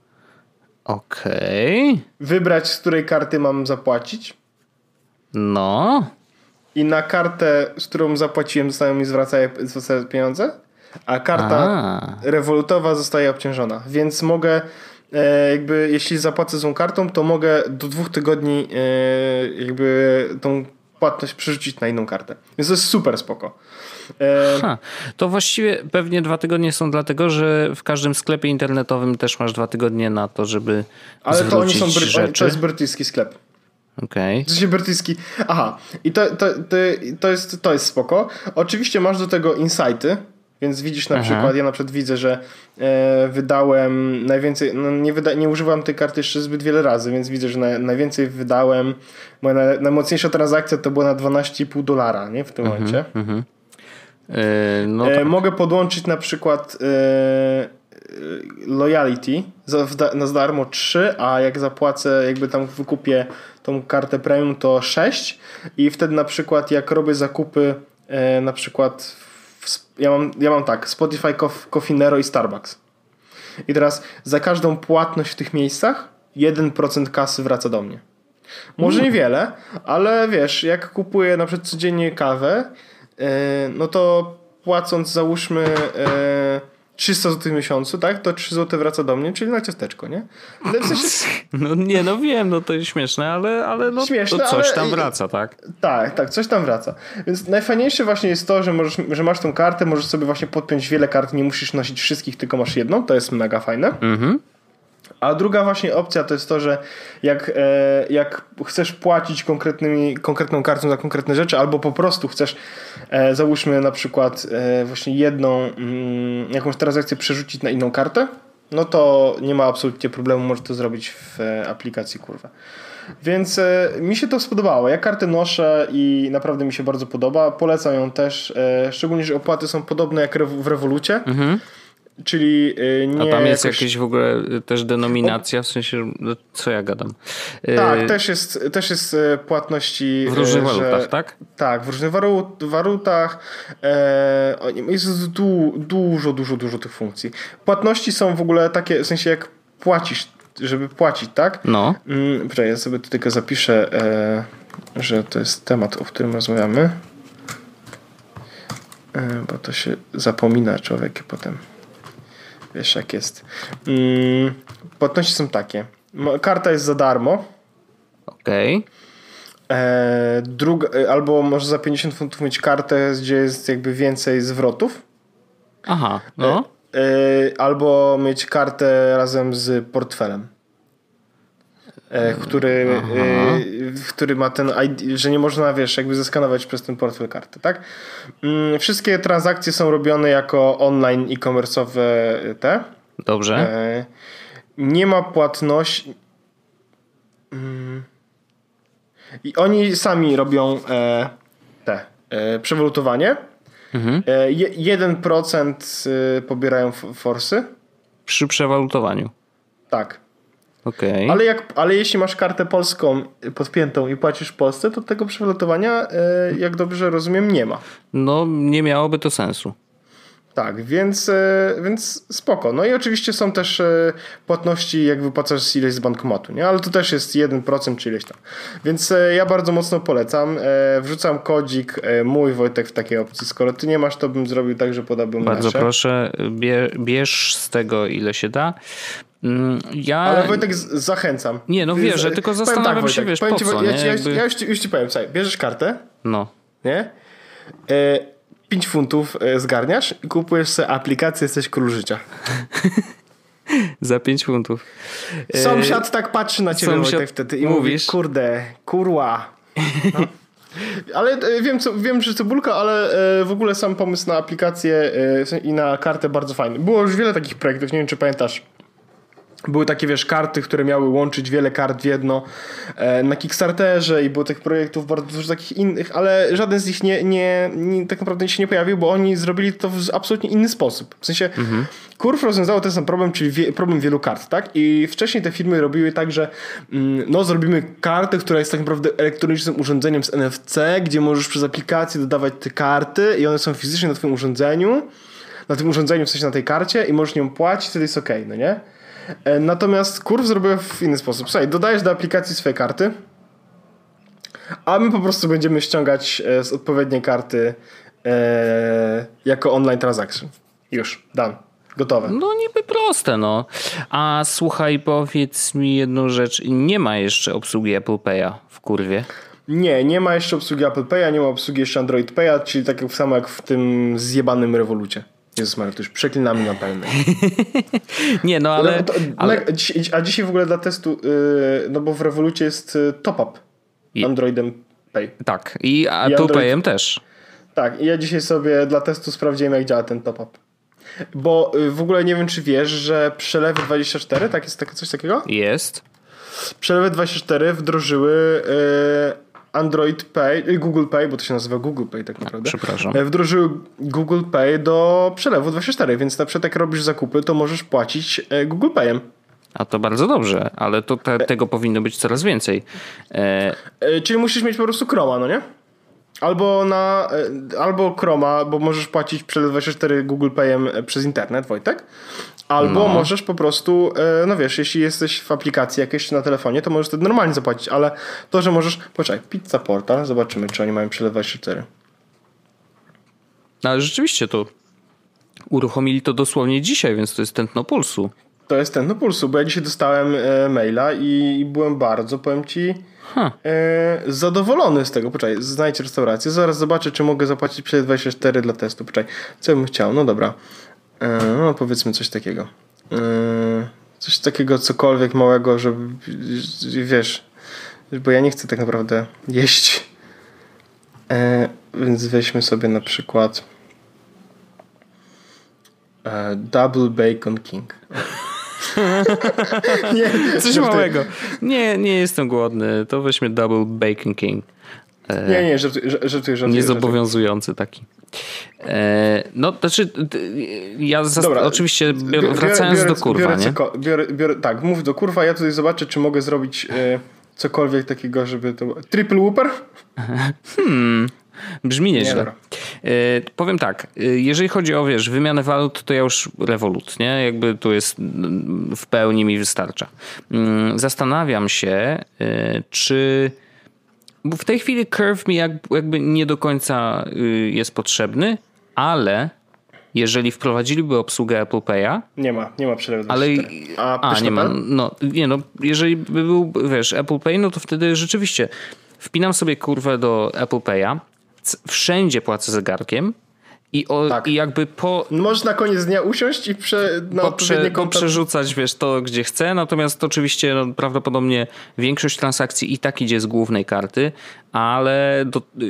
Okej. Wybrać, z której karty mam zapłacić. No. I na kartę, z którą zapłaciłem, zostają mi zwracają pieniądze. A karta Revolutowa zostaje obciążona. Więc mogę... jakby jeśli zapłacę tą kartą, to mogę do 2 tygodni jakby tą płatność przerzucić na inną kartę. Więc to jest super spoko. To właściwie pewnie 2 tygodnie są dlatego, że w każdym sklepie internetowym też masz 2 tygodnie na to, żeby ale zwrócić to oni są rzeczy. To jest brytyjski sklep. Okej. W sensie brytyjski. Aha. I to jest spoko. Oczywiście masz do tego insighty, Więc widzisz na przykład, ja na przykład widzę, że wydałem najwięcej, no nie używam tej karty jeszcze zbyt wiele razy, więc widzę, że najwięcej wydałem, moja najmocniejsza transakcja to była na $12,5, nie? W tym momencie. No tak. Mogę podłączyć na przykład Loyalty na za darmo 3, a jak zapłacę, jakby tam wykupię tą kartę premium, to 6 i wtedy na przykład jak robię zakupy na przykład ja mam tak Spotify, Coffee Nero i Starbucks i teraz za każdą płatność w tych miejscach 1% kasy wraca do mnie. Może niewiele, ale wiesz, jak kupuję na przykład codziennie kawę, no to płacąc załóżmy 300 zł w miesiącu, tak? To 3 zł wraca do mnie, czyli na ciasteczko, nie? W sensie... No nie, no wiem, no to jest śmieszne, ale no śmieszne, to coś tam wraca, tak? Tak, coś tam wraca. Więc najfajniejsze właśnie jest to, że masz tą kartę, możesz sobie właśnie podpiąć wiele kart, nie musisz nosić wszystkich, tylko masz jedną, to jest mega fajne. A druga właśnie opcja to jest to, że jak chcesz płacić konkretną kartą za konkretne rzeczy, albo po prostu chcesz, załóżmy na przykład właśnie jakąś transakcję przerzucić na inną kartę, no to nie ma absolutnie problemu, możesz to zrobić w aplikacji, kurwa. Więc mi się to spodobało. Ja kartę noszę i naprawdę mi się bardzo podoba. Polecam ją też, szczególnie, że opłaty są podobne jak w Revolucie. Czyli nie. A tam jest jakaś w ogóle też denominacja, w sensie, co ja gadam? Tak, też jest płatności w różnych walutach, tak? Tak, w różnych walutach. Jest dużo tych funkcji. Płatności są w ogóle takie, w sensie jak płacisz, żeby płacić, tak? No. Poczekaj, ja sobie tu tylko zapiszę, że to jest temat, o którym rozmawiamy. Bo to się zapomina człowiek potem. Wiesz jak jest. Płatności są takie. Karta jest za darmo. Okej. Albo może za 50 funtów mieć kartę, gdzie jest jakby więcej zwrotów. Aha, no. Albo mieć kartę razem z portfelem. Który ma ten ID, że nie można, wiesz, jakby zeskanować przez ten portfel karty, tak? Wszystkie transakcje są robione jako online e-commerce'owe te. Dobrze. Nie ma płatności. I oni sami robią przewalutowanie. 1% pobierają forsy. Przy przewalutowaniu. Tak. Okay. Ale jeśli masz kartę polską podpiętą i płacisz w Polsce, to tego przewalutowania, jak dobrze rozumiem, nie ma. No, nie miałoby to sensu. Tak, więc spoko. No i oczywiście są też płatności, jak wypłacasz ileś z bankomatu, nie? Ale to też jest 1% czy ileś tam. Więc ja bardzo mocno polecam. Wrzucam kodzik mój, Wojtek, w takiej opcji. Skoro ty nie masz, to bym zrobił tak, że podałbym bardzo nasze. Proszę, bierz z tego, ile się da. Ale Wojtek, zachęcam. Nie, no wierzę, tylko zastanawiam się, wiesz, po co, nie? Ja już ci powiem, słuchaj, bierzesz kartę, no. Nie? 5 funtów zgarniasz i kupujesz sobie aplikację, jesteś król życia. Za 5 funtów. Sąsiad tak patrzy na ciebie, Wojtek, wtedy i mówi, kurde, kurwa. No. Ale wiem, że cebulka, ale w ogóle sam pomysł na aplikację i na kartę bardzo fajny. Było już wiele takich projektów, nie wiem czy pamiętasz. Były takie, wiesz, karty, które miały łączyć wiele kart w jedno na Kickstarterze i było tych projektów bardzo dużo takich innych, ale żaden z nich nie tak naprawdę się nie pojawił, bo oni zrobili to w absolutnie inny sposób. W sensie Curve rozwiązało ten sam problem, czyli problem wielu kart, tak? I wcześniej te firmy robiły tak, że zrobimy kartę, która jest tak naprawdę elektronicznym urządzeniem z NFC, gdzie możesz przez aplikację dodawać te karty i one są fizycznie na twoim urządzeniu, w sensie na tej karcie i możesz nią płacić, wtedy jest okej, no nie? Natomiast Curve zrobił w inny sposób. Słuchaj, dodajesz do aplikacji swoje karty, a my po prostu będziemy ściągać z odpowiedniej karty jako online transaction. Już, done. Gotowe. No niby proste, no. A słuchaj, powiedz mi jedną rzecz. Nie ma jeszcze obsługi Apple Pay'a w Curwie? Nie ma jeszcze obsługi Apple Pay'a, nie ma obsługi jeszcze Android Pay'a, czyli tak samo jak w tym zjebanym Rewolucie. Jezus Maria, to już przeklinamy na pełnej. Nie, no ale... A dzisiaj w ogóle dla testu, no bo w Revolucie jest top-up Androidem Pay. Tak, i Apple Payem też. Tak, i ja dzisiaj sobie dla testu sprawdziłem, jak działa ten top-up. Bo w ogóle nie wiem, czy wiesz, że Przelewy24, tak jest coś takiego? Jest. Przelewy24 wdrożyły Android Pay, Google Pay, bo to się nazywa Google Pay tak naprawdę. Przepraszam. Wdrożyły Google Pay do Przelewu24, więc na przykład jak robisz zakupy, to możesz płacić Google Payem. A to bardzo dobrze, ale to tego powinno być coraz więcej. Czyli musisz mieć po prostu Chroma, no nie? Albo Chroma, bo możesz płacić Przelew24 Google Payem przez internet, Wojtek. Albo możesz po prostu, no wiesz, jeśli jesteś w aplikacji jakiejś na telefonie, to możesz wtedy normalnie zapłacić, ale to, że możesz... Poczekaj, Pizza Portal, zobaczymy, czy oni mają Przelew24. No ale rzeczywiście to uruchomili to dosłownie dzisiaj, więc to jest tętno pulsu. To jest tętno pulsu, bo ja dzisiaj dostałem maila i byłem bardzo, powiem ci, zadowolony z tego. Poczekaj, znajdź restaurację, zaraz zobaczę, czy mogę zapłacić Przelew24 dla testu. Poczekaj, co bym chciał? No dobra. No powiedzmy coś takiego. Coś takiego, cokolwiek małego, żeby, wiesz, bo ja nie chcę tak naprawdę jeść. Więc weźmy sobie na przykład Double Bacon King. Nie, coś małego. Nie jestem głodny. To weźmy Double Bacon King. Nie, żartuję. Niezobowiązujący taki. No, znaczy ja oczywiście wracając do kurwa, nie? Tak, mów do kurwa, ja tutaj zobaczę, czy mogę zrobić cokolwiek takiego, żeby to... Triple Whooper? Brzmi nieźle. Powiem tak, jeżeli chodzi o, wiesz, wymianę walut, to ja już Revolut, nie? Jakby tu jest w pełni mi wystarcza. Zastanawiam się, czy... Bo w tej chwili Curve mi jakby nie do końca jest potrzebny, ale jeżeli wprowadziliby obsługę Apple Pay'a... Nie ma Przelewu. Ale... nie ma. Jeżeli by był, wiesz, Apple Pay, no to wtedy rzeczywiście wpinam sobie kurwę do Apple Pay'a, wszędzie płacę zegarkiem i jakby możesz na koniec dnia usiąść i przerzucać, wiesz, to gdzie chcę, natomiast oczywiście prawdopodobnie większość transakcji i tak idzie z głównej karty, ale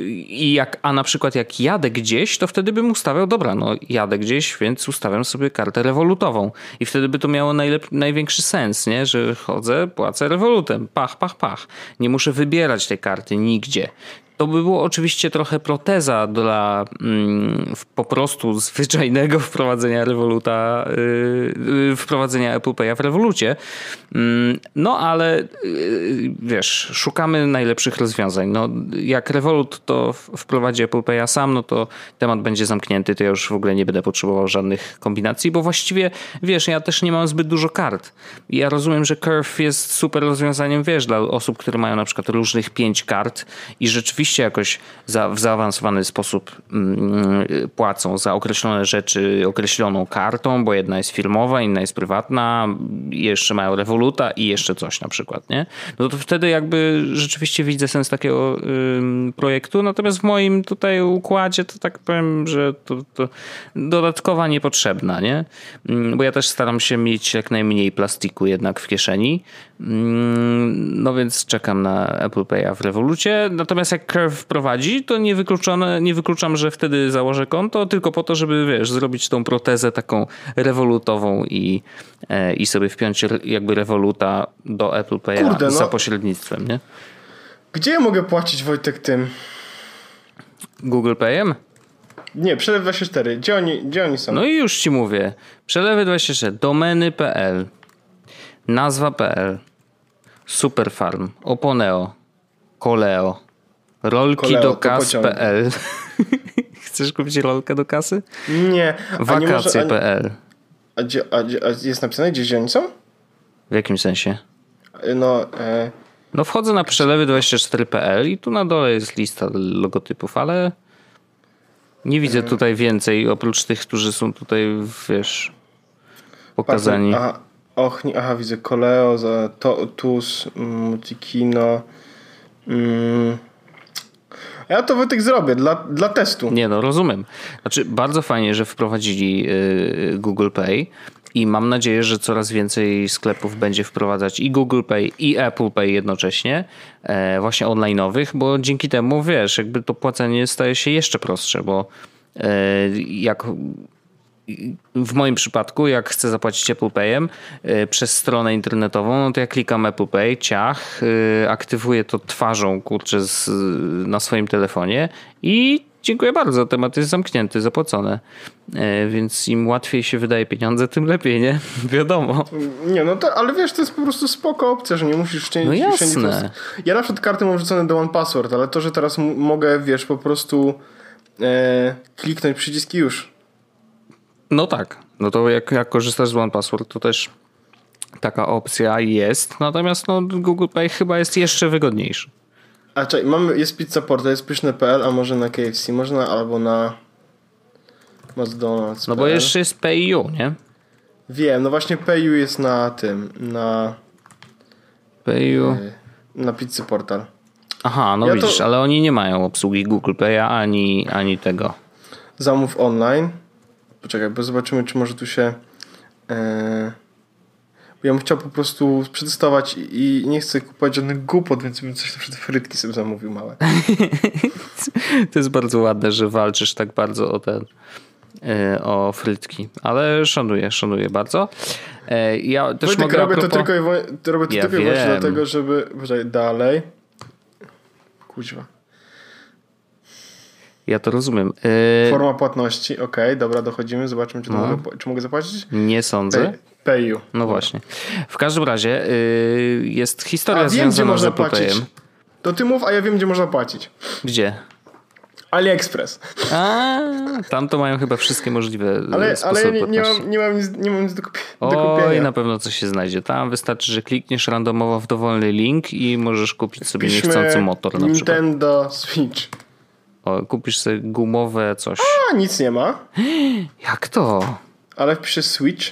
na przykład jak jadę gdzieś, to wtedy bym ustawiał, jadę gdzieś, więc ustawiam sobie kartę rewolutową i wtedy by to miało największy sens, nie? Że chodzę, płacę rewolutem, pach. Nie muszę wybierać tej karty nigdzie. To by było oczywiście trochę proteza dla po prostu zwyczajnego wprowadzenia Revoluta, wprowadzenia Apple Pay'a w Revolucie. No ale wiesz, szukamy najlepszych rozwiązań. No, jak Revolut to wprowadzi Apple Pay'a sam, no to temat będzie zamknięty, to ja już w ogóle nie będę potrzebował żadnych kombinacji, bo właściwie, wiesz, ja też nie mam zbyt dużo kart. I ja rozumiem, że Curve jest super rozwiązaniem, wiesz, dla osób, które mają na przykład różnych 5 kart i rzeczywiście jakoś w zaawansowany sposób płacą za określone rzeczy określoną kartą, bo jedna jest firmowa, inna jest prywatna, jeszcze mają Revoluta i jeszcze coś na przykład, nie? No to wtedy jakby rzeczywiście widzę sens takiego projektu, natomiast w moim tutaj układzie to tak powiem, że to dodatkowa niepotrzebna, nie? Bo ja też staram się mieć jak najmniej plastiku jednak w kieszeni, no więc czekam na Apple Pay'a w Revolucie, natomiast jak Curve wprowadzi, to nie wykluczam, że wtedy założę konto, tylko po to, żeby, wiesz, zrobić tą protezę taką rewolutową i sobie wpiąć jakby Revoluta do Apple Pay'a za pośrednictwem, nie? Gdzie ja mogę płacić, Wojtek, tym? Google Pay'em? Nie, Przelew24. Gdzie oni są? No i już ci mówię. Przelewy24, domeny.pl, nazwa.pl, Superfarm, Oponeo, Koleo, rolki do kas.pl. Chcesz kupić rolkę do kasy? Nie. Wakacje.pl. A jest napisane gdzie oni są? W jakim sensie? No wchodzę na przelewy24.pl i tu na dole jest lista logotypów, ale nie widzę tutaj więcej oprócz tych, którzy są tutaj, wiesz, pokazani. Widzę Koleo, TUS, Multikino. Ja to Wojtek zrobię dla testu. Nie, no rozumiem. Znaczy bardzo fajnie, że wprowadzili Google Pay, I mam nadzieję, że coraz więcej sklepów będzie wprowadzać i Google Pay, i Apple Pay jednocześnie, właśnie online'owych, bo dzięki temu, wiesz, jakby to płacenie staje się jeszcze prostsze, bo jak w moim przypadku, jak chcę zapłacić Apple Payem przez stronę internetową, no to ja klikam Apple Pay, ciach, aktywuję to twarzą, kurczę, na swoim telefonie i dziękuję bardzo, temat jest zamknięty, zapłacone. Więc im łatwiej się wydaje pieniądze, tym lepiej, nie? Wiadomo. Nie, no to, ale wiesz, to jest po prostu spoko opcja, że nie musisz wszędzie... No jasne. Ja na przykład karty mam wrzucone do OnePassword, ale to, że teraz mogę, wiesz, po prostu kliknąć przycisk i już. No tak. No to jak korzystasz z OnePassword, to też taka opcja jest. Natomiast no, Google Pay chyba jest jeszcze wygodniejszy. A czekaj, jest Pizza Portal, jest pyszne.pl, a może na KFC, można albo na McDonald's. No bo jeszcze jest PayU, nie? Wiem, no właśnie PayU jest na tym, na PayU. Na Pizza Portal. Aha, no ja widzisz, ale oni nie mają obsługi Google Pay'a ani tego. Zamów online. Poczekaj, bo zobaczymy, czy może tu się... Ja bym chciał po prostu przetestować i nie chcę kupować żadnych głupot, więc bym coś na przykład frytki sobie zamówił małe. To jest bardzo ładne, że walczysz tak bardzo o frytki, ale szanuję bardzo. Ja też mogę robię to tylko i wyłącznie dlatego, żeby... Poczekaj, dalej. Kuźwa. Ja to rozumiem. Forma płatności, okej, dobra, dochodzimy, zobaczymy, czy mogę zapłacić. Nie sądzę. PayU. No właśnie. W każdym razie jest historia związana z Apple Payem. To ty mów, a ja wiem, gdzie można płacić. Gdzie? AliExpress. Tam to mają chyba wszystkie możliwe sposoby ale nie mam nic do kupienia. Oj, na pewno coś się znajdzie. Tam wystarczy, że klikniesz randomowo w dowolny link i możesz kupić sobie niechcący motor na przykład. Nintendo Switch. Kupisz sobie gumowe coś. Nic nie ma. Jak to? Ale wpiszę Switch.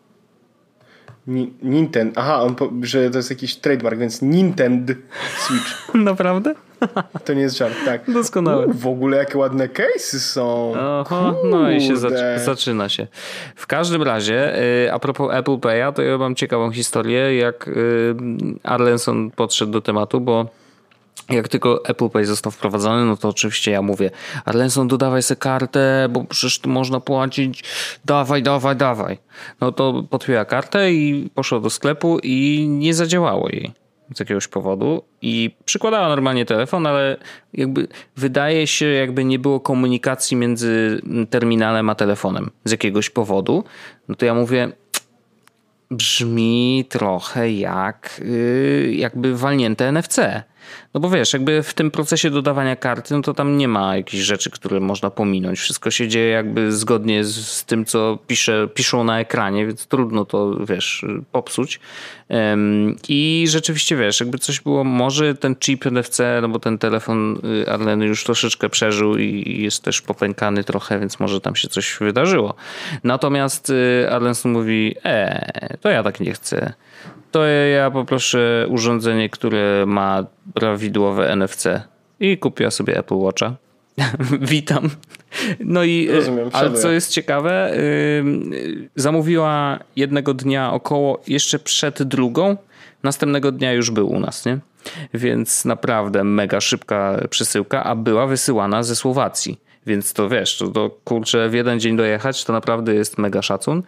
Nintendo. Aha, że to jest jakiś trademark, więc Nintendo Switch. Naprawdę? To nie jest żart, tak. Doskonałe. W ogóle jakie ładne case'y są. Aha, no i się zaczyna się. W każdym razie, a propos Apple Pay'a, to ja mam ciekawą historię, jak Arlenson podszedł do tematu, bo jak tylko Apple Pay został wprowadzony, no to oczywiście ja mówię: Arlenson, dodawaj sobie kartę, bo przecież tu można płacić, dawaj. No to podpięła kartę i poszła do sklepu i nie zadziałało jej z jakiegoś powodu i przykładała normalnie telefon, ale jakby wydaje się, jakby nie było komunikacji między terminalem a telefonem z jakiegoś powodu. No to ja mówię: brzmi trochę jak jakby walnięte NFC. No bo wiesz, jakby w tym procesie dodawania karty, no to tam nie ma jakichś rzeczy, które można pominąć. Wszystko się dzieje jakby zgodnie z tym, co piszą na ekranie, więc trudno to, wiesz, popsuć. I rzeczywiście, wiesz, jakby coś było, może ten chip NFC, no bo ten telefon Arleny już troszeczkę przeżył i jest też popękany trochę, więc może tam się coś wydarzyło. Natomiast Arlenson mówi: to ja tak nie chcę. To ja poproszę urządzenie, które ma prawidłowe NFC. I kupiła sobie Apple Watcha. Witam. No i rozumiem, ale co jest ciekawe, zamówiła jednego dnia około, jeszcze przed drugą, następnego dnia już był u nas, nie? Więc naprawdę mega szybka przesyłka, a była wysyłana ze Słowacji. Więc to wiesz, to kurczę, w jeden dzień dojechać, to naprawdę jest mega szacun.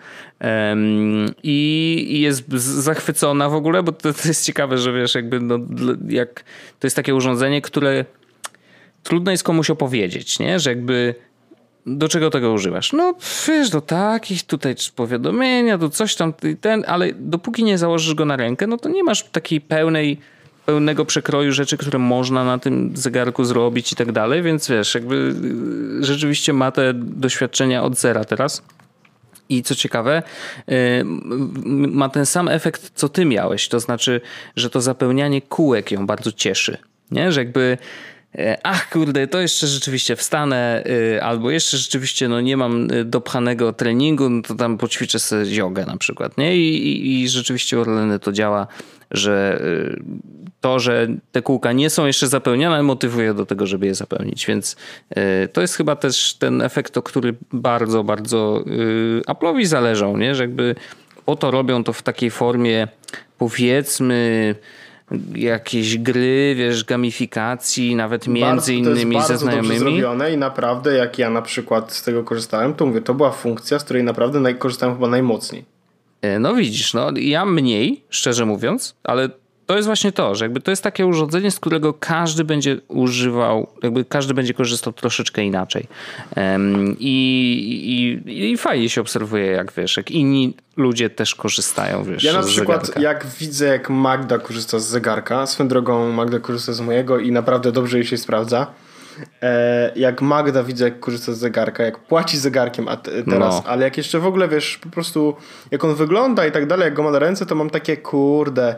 I jest zachwycona w ogóle, bo to jest ciekawe, że wiesz, jakby jak to jest takie urządzenie, które trudno jest komuś opowiedzieć, nie? Że jakby do czego tego używasz? No wiesz, do takich tutaj powiadomienia, do coś tam, ale dopóki nie założysz go na rękę, no to nie masz takiej pełnego przekroju rzeczy, które można na tym zegarku zrobić i tak dalej, więc wiesz, jakby rzeczywiście ma te doświadczenia od zera teraz. I co ciekawe, ma ten sam efekt, co ty miałeś, to znaczy, że to zapełnianie kółek ją bardzo cieszy, nie? Że jakby ach kurde, to jeszcze rzeczywiście wstanę, albo jeszcze rzeczywiście no nie mam dopchanego treningu, no to tam poćwiczę sobie jogę na przykład, nie? I rzeczywiście u Orleny to działa, że to, że te kółka nie są jeszcze zapełnione, motywuje do tego, żeby je zapełnić, więc to jest chyba też ten efekt, o który bardzo, bardzo Apple'owi zależał, nie? Że jakby oto robią to w takiej formie, powiedzmy, jakieś gry, wiesz, gamifikacji, nawet między innymi ze znajomymi. To jest bardzo dobrze zrobione i naprawdę jak ja na przykład z tego korzystałem, to mówię, to była funkcja, z której naprawdę korzystałem chyba najmocniej. No widzisz, no ja mniej, szczerze mówiąc, ale to jest właśnie to, że jakby to jest takie urządzenie, z którego każdy będzie używał, jakby każdy będzie korzystał troszeczkę inaczej. I fajnie się obserwuje, jak wiesz, jak inni ludzie też korzystają, wiesz, ja na z przykład zegarka. jak widzę, jak Magda korzysta z zegarka, swoją drogą Magda korzysta z mojego i naprawdę dobrze jej się sprawdza. Jak Magda widzę, jak korzysta z zegarka, jak płaci zegarkiem teraz, ale jak jeszcze w ogóle wiesz, po prostu jak on wygląda i tak dalej, jak go ma na ręce, to mam takie kurde...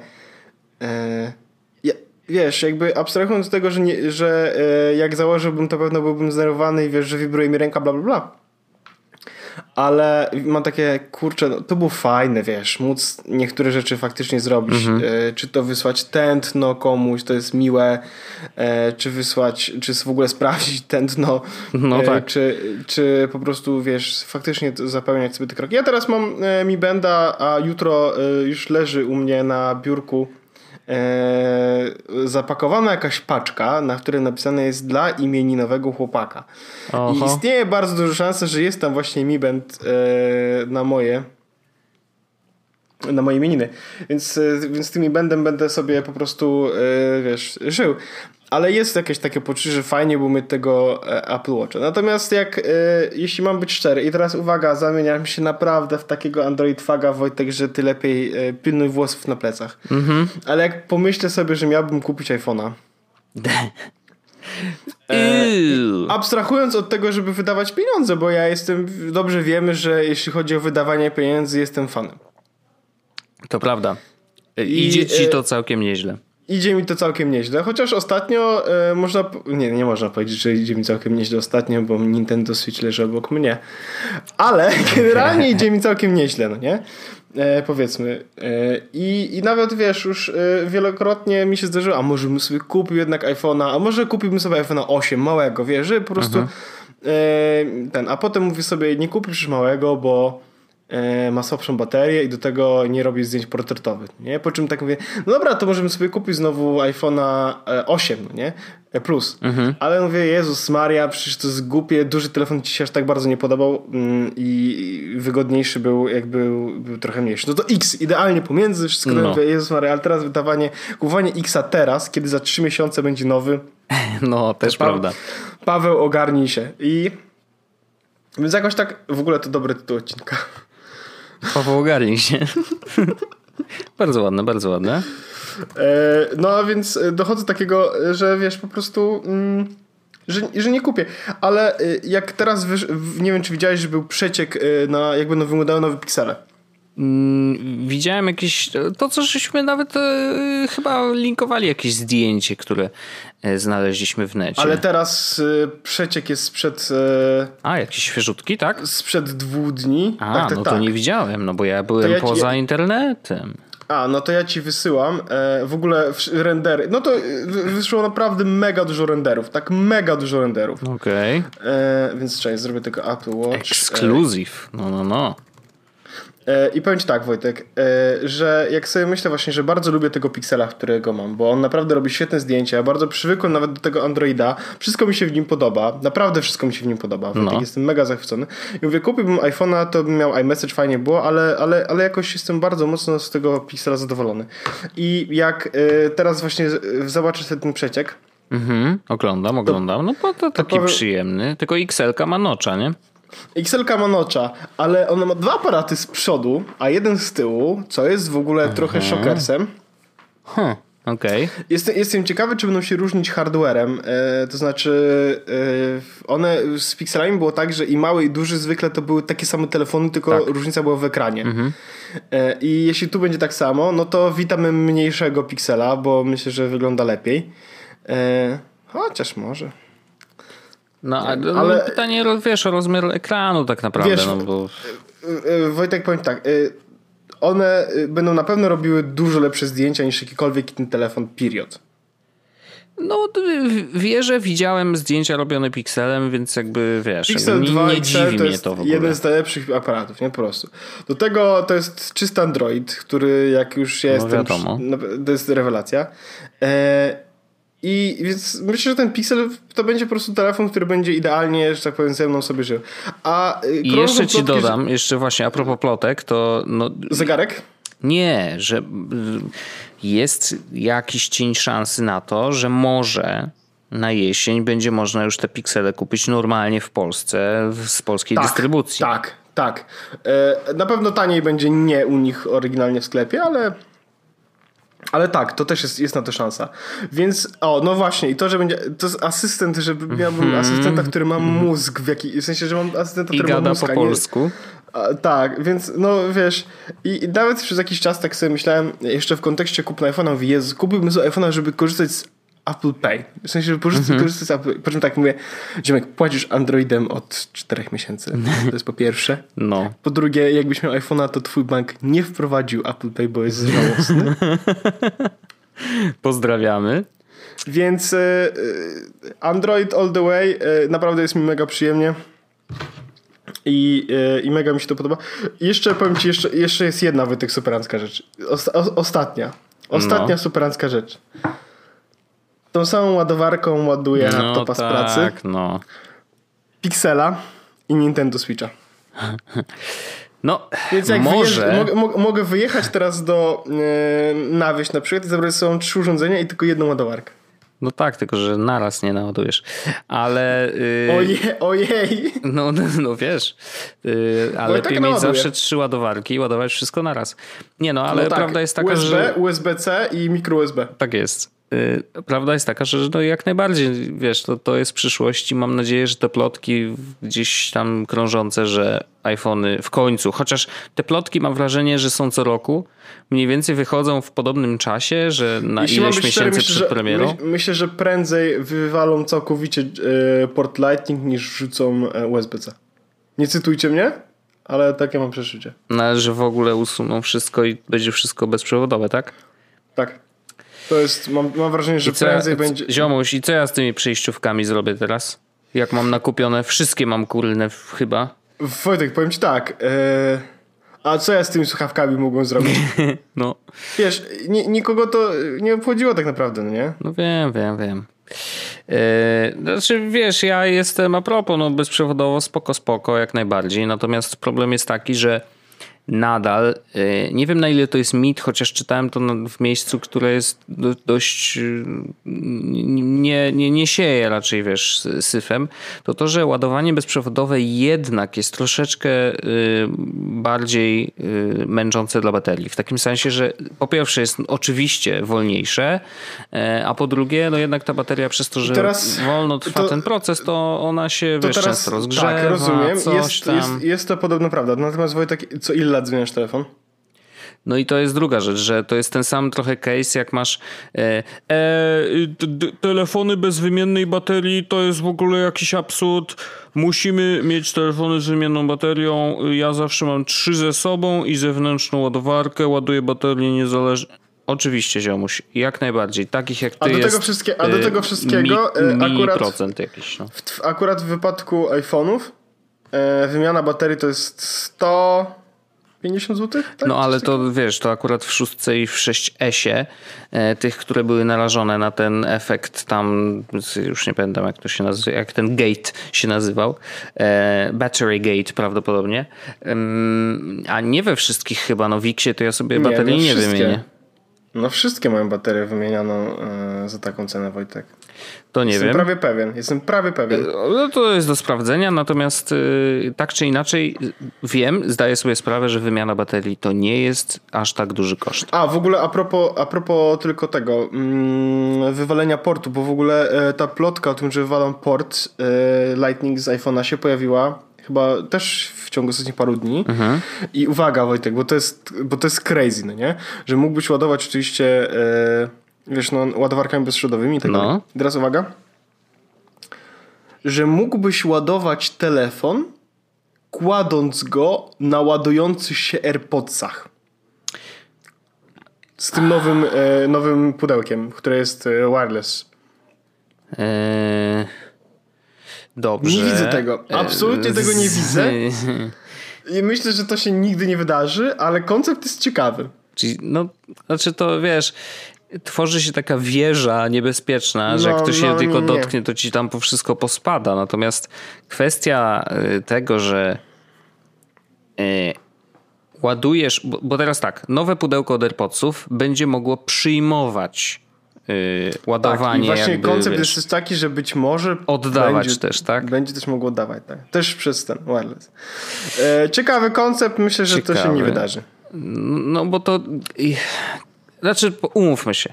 wiesz, jakby abstrahując od tego, że jak założyłbym, to pewno byłbym zdenerwowany i wiesz, że wibruje mi ręka, bla bla bla. Ale mam takie, kurczę, no, to było fajne, wiesz, móc niektóre rzeczy faktycznie zrobić. Czy to wysłać tętno komuś, to jest miłe, czy wysłać, czy w ogóle sprawdzić tętno, tak. czy po prostu, wiesz, faktycznie zapełniać sobie te kroki. Ja teraz mam Mi Banda, a jutro już leży u mnie na biurku zapakowana jakaś paczka, na której napisane jest dla imieninowego chłopaka. I istnieje bardzo duża szansa, że jest tam właśnie Mi Band na moje imieniny. Więc tym Mi Bandem będę sobie po prostu wiesz, żył. Ale jest jakieś takie poczucie, że fajnie było mieć tego Apple Watcha. Natomiast jeśli mam być szczery, i teraz uwaga, zamieniam się naprawdę w takiego Android faga, Wojtek, że ty lepiej pilnuj włosów na plecach. Ale jak pomyślę sobie, że miałbym kupić iPhone'a, abstrahując od tego, żeby wydawać pieniądze, bo dobrze wiemy, że jeśli chodzi o wydawanie pieniędzy, jestem fanem. To prawda. Idzie ci to całkiem nieźle. Idzie mi to całkiem nieźle, chociaż ostatnio nie można powiedzieć, że idzie mi całkiem nieźle ostatnio, bo Nintendo Switch leży obok mnie, ale generalnie idzie mi całkiem nieźle, no nie? Powiedzmy. I nawet wiesz, już wielokrotnie mi się zdarzyło, a może bym sobie kupił jednak iPhone'a, a może kupiłbym sobie iPhone'a 8 małego, wiesz, że po prostu a potem mówię sobie, nie kupisz już małego, bo ma słabszą baterię i do tego nie robi zdjęć portretowych, nie? Po czym tak mówię, no dobra, to możemy sobie kupić znowu iPhone'a 8, no nie? Plus. Ale mówię, Jezus Maria, przecież to jest głupie, duży telefon ci się aż tak bardzo nie podobał i wygodniejszy był, jak był trochę mniejszy. No to X, idealnie pomiędzy, wszystko mówię, Jezus Maria, ale teraz kupowanie X'a teraz, kiedy za 3 miesiące będzie nowy. No, też prawda. Paweł, ogarnij się. Więc jakoś tak, w ogóle to dobry tytuł odcinka. Paweł, ogarnij się. Bardzo ładne, bardzo ładne. No a więc dochodzę do takiego, że wiesz, po prostu że nie kupię. Ale jak teraz nie wiem, czy widziałeś, że był przeciek na jak będą wyglądały nowe piksele. Widziałem jakieś, to co żeśmy nawet chyba linkowali, jakieś zdjęcie, które znaleźliśmy w necie. Ale teraz przeciek jest sprzed... jakieś świeżutki, tak? Sprzed 2 dni. Tak. To nie widziałem, no bo ja byłem poza internetem. No to ja ci wysyłam w ogóle rendery. No to wyszło naprawdę mega dużo renderów. Tak mega dużo renderów. Okej. Więc czekaj, zrobię tego Apple Watch. Exclusive. No. I powiem ci tak, Wojtek, że jak sobie myślę właśnie, że bardzo lubię tego Pixela, którego mam, bo on naprawdę robi świetne zdjęcia, bardzo przywykłem nawet do tego Androida, wszystko mi się w nim podoba, naprawdę wszystko mi się w nim podoba, Wojtek, jestem mega zachwycony i mówię, kupiłbym iPhone'a, to bym miał iMessage, fajnie było, ale jakoś jestem bardzo mocno z tego Pixela zadowolony. I jak teraz właśnie zobaczę sobie ten przeciek. Oglądam, no bo to taki przyjemny, tylko XL-ka ma nocza, nie? XL-ka ma nocza, ale ona ma 2 aparaty z przodu, a jeden z tyłu, co jest w ogóle trochę szokersem. Okej. Jestem ciekawy, czy będą się różnić hardwarem. To znaczy one z Pixelami było tak, że i mały i duży zwykle to były takie same telefony, tylko różnica była w ekranie. I jeśli tu będzie tak samo, no to witamy mniejszego Pixela, bo myślę, że wygląda lepiej. Chociaż może... ale pytanie, wiesz, o rozmiar ekranu tak naprawdę. Wiesz, bo... Wojtek, powiem tak, one będą na pewno robiły dużo lepsze zdjęcia niż jakikolwiek inny telefon, period. No wierzę, widziałem zdjęcia robione Pixelem, więc jakby wiesz, Pixel jakby 2 nie XL dziwi to mnie jest to w ogóle. jeden z najlepszych aparatów, nie po prostu. Do tego to jest czysty Android, który jak już ja jestem... Wiadomo. To jest rewelacja. I więc myślę, że ten Pixel to będzie po prostu telefon, który będzie idealnie, że tak powiem, ze mną sobie żył. I jeszcze ci dodam, jeszcze właśnie a propos plotek, to... No, zegarek? Nie, że jest jakiś cień szansy na to, że może na jesień będzie można już te Pixele kupić normalnie w Polsce z polskiej dystrybucji. Tak. Na pewno taniej będzie nie u nich oryginalnie w sklepie, ale tak, to też jest na to szansa. Więc, no właśnie, i to, że będzie, to jest asystent, że miałbym asystenta, który ma mózg, w sensie, że mam asystenta, który ma mózg. I gada po polsku. Tak, więc no wiesz, i nawet przez jakiś czas tak sobie myślałem, jeszcze w kontekście kupna iPhone'a, mówię, Jezu, kupiłbym sobie iPhone'a, żeby korzystać z Apple Pay. W sensie, żeby korzystać z Apple. Po czym tak mówię, Ziemek, płacisz Androidem od 4 miesięcy. To jest po pierwsze. No. Po drugie, jakbyś miał iPhone'a, to twój bank nie wprowadził Apple Pay, bo jest żałosny. Pozdrawiamy. Więc Android all the way. Naprawdę jest mi mega przyjemnie. I mega mi się to podoba. I jeszcze powiem ci, jeszcze jest jedna Wojtek superancka rzecz. Ostatnia superancka rzecz. Tą samą ładowarką ładuję laptopa z pracy. No. Pixela i Nintendo Switcha. No, więc jak może... mogę wyjechać teraz na wieś na przykład i zabrać ze sobą 3 urządzenia i tylko jedną ładowarkę. No tak, tylko że naraz nie naładujesz. Ale... Ojej. No wiesz. Ale lepiej mieć zawsze 3 ładowarki i ładować wszystko naraz. Nie no, ale prawda jest taka, że... USB-C i micro USB. Tak jest. Prawda jest taka, że no jak najbardziej, wiesz, to jest przyszłość i mam nadzieję, że te plotki gdzieś tam krążące, że iPhony w końcu, chociaż te plotki mam wrażenie, że są co roku, mniej więcej wychodzą w podobnym czasie, że na ileś miesięcy przed premierą. Myślę, że prędzej wywalą całkowicie port Lightning niż wrzucą USB-C. Nie cytujcie mnie, ale takie mam przeczucie. No, ale że w ogóle usuną wszystko i będzie wszystko bezprzewodowe, tak? Tak. To jest, mam wrażenie, że prędzej będzie... Ziomuś, i co ja z tymi przejściówkami zrobię teraz? Jak mam nakupione? Wszystkie mam kurne chyba. Wojtek, powiem ci tak. A co ja z tymi słuchawkami mogłem zrobić? No. Wiesz, nikogo to nie obchodziło tak naprawdę, no nie? No wiem. Znaczy wiesz, ja jestem a propos, no bezprzewodowo spoko, jak najbardziej. Natomiast problem jest taki, że nadal, nie wiem na ile to jest mit, chociaż czytałem to w miejscu, które jest dość nie sieje raczej, wiesz, syfem, to, że ładowanie bezprzewodowe jednak jest troszeczkę bardziej męczące dla baterii. W takim sensie, że po pierwsze jest oczywiście wolniejsze, a po drugie, no jednak ta bateria przez to, że wolno trwa ten proces, to ona się, wiesz, często rozgrzewa. Tak, rozumiem. Coś tam. Jest to podobno prawda. Natomiast Wojtek, co ile lat zmieniasz telefon? No i to jest druga rzecz, że to jest ten sam trochę case, jak masz telefony bez wymiennej baterii, to jest w ogóle jakiś absurd. Musimy mieć telefony z wymienną baterią. Ja zawsze mam 3 ze sobą i zewnętrzną ładowarkę. Ładuję baterię niezależnie. Oczywiście, ziomuś, jak najbardziej. Takich jak ty a do tego wszystkiego akurat procent jakiś. No. Akurat w wypadku iPhone'ów wymiana baterii to jest 150 zł? Tak? No ale to wiesz, to akurat w 6 i w 6S-ie tych, które były narażone na ten efekt tam, już nie pamiętam jak to się nazywa, jak ten gate się nazywał, battery gate prawdopodobnie, a nie we wszystkich chyba, no w X-ie to ja sobie baterii nie wymienię. No wszystkie mają baterię wymienianą za taką cenę, Wojtek. To nie wiem. Jestem prawie pewien. No to jest do sprawdzenia, natomiast tak czy inaczej zdaję sobie sprawę, że wymiana baterii to nie jest aż tak duży koszt. A w ogóle a propos tylko tego wywalenia portu, bo w ogóle ta plotka o tym, że wywalam port Lightning z iPhone'a się pojawiła chyba też w ciągu ostatnich paru dni. I uwaga, Wojtek, bo to jest crazy, no nie? Że mógłbyś ładować oczywiście wiesz, no ładowarkami bezprzewodowymi i tak dalej. Teraz uwaga. Że mógłbyś ładować telefon kładąc go na ładujących się AirPodsach. Z tym nowym pudełkiem, które jest wireless. Dobrze. Nie widzę tego. Absolutnie tego nie widzę. I myślę, że to się nigdy nie wydarzy, ale koncept jest ciekawy. Czyli, znaczy to wiesz, tworzy się taka wieża niebezpieczna, że jak ktoś się tylko dotknie, to ci tam wszystko pospada. Natomiast kwestia tego, że ładujesz, bo teraz tak, nowe pudełko od AirPodsów będzie mogło przyjmować ładowanie. Tak, i właśnie jakby, koncept jest taki, że być może oddawać też, tak? Będzie też mogło oddawać, tak. Też przez ten wireless. Ciekawy koncept, myślę, że to się nie wydarzy. No bo to znaczy umówmy się.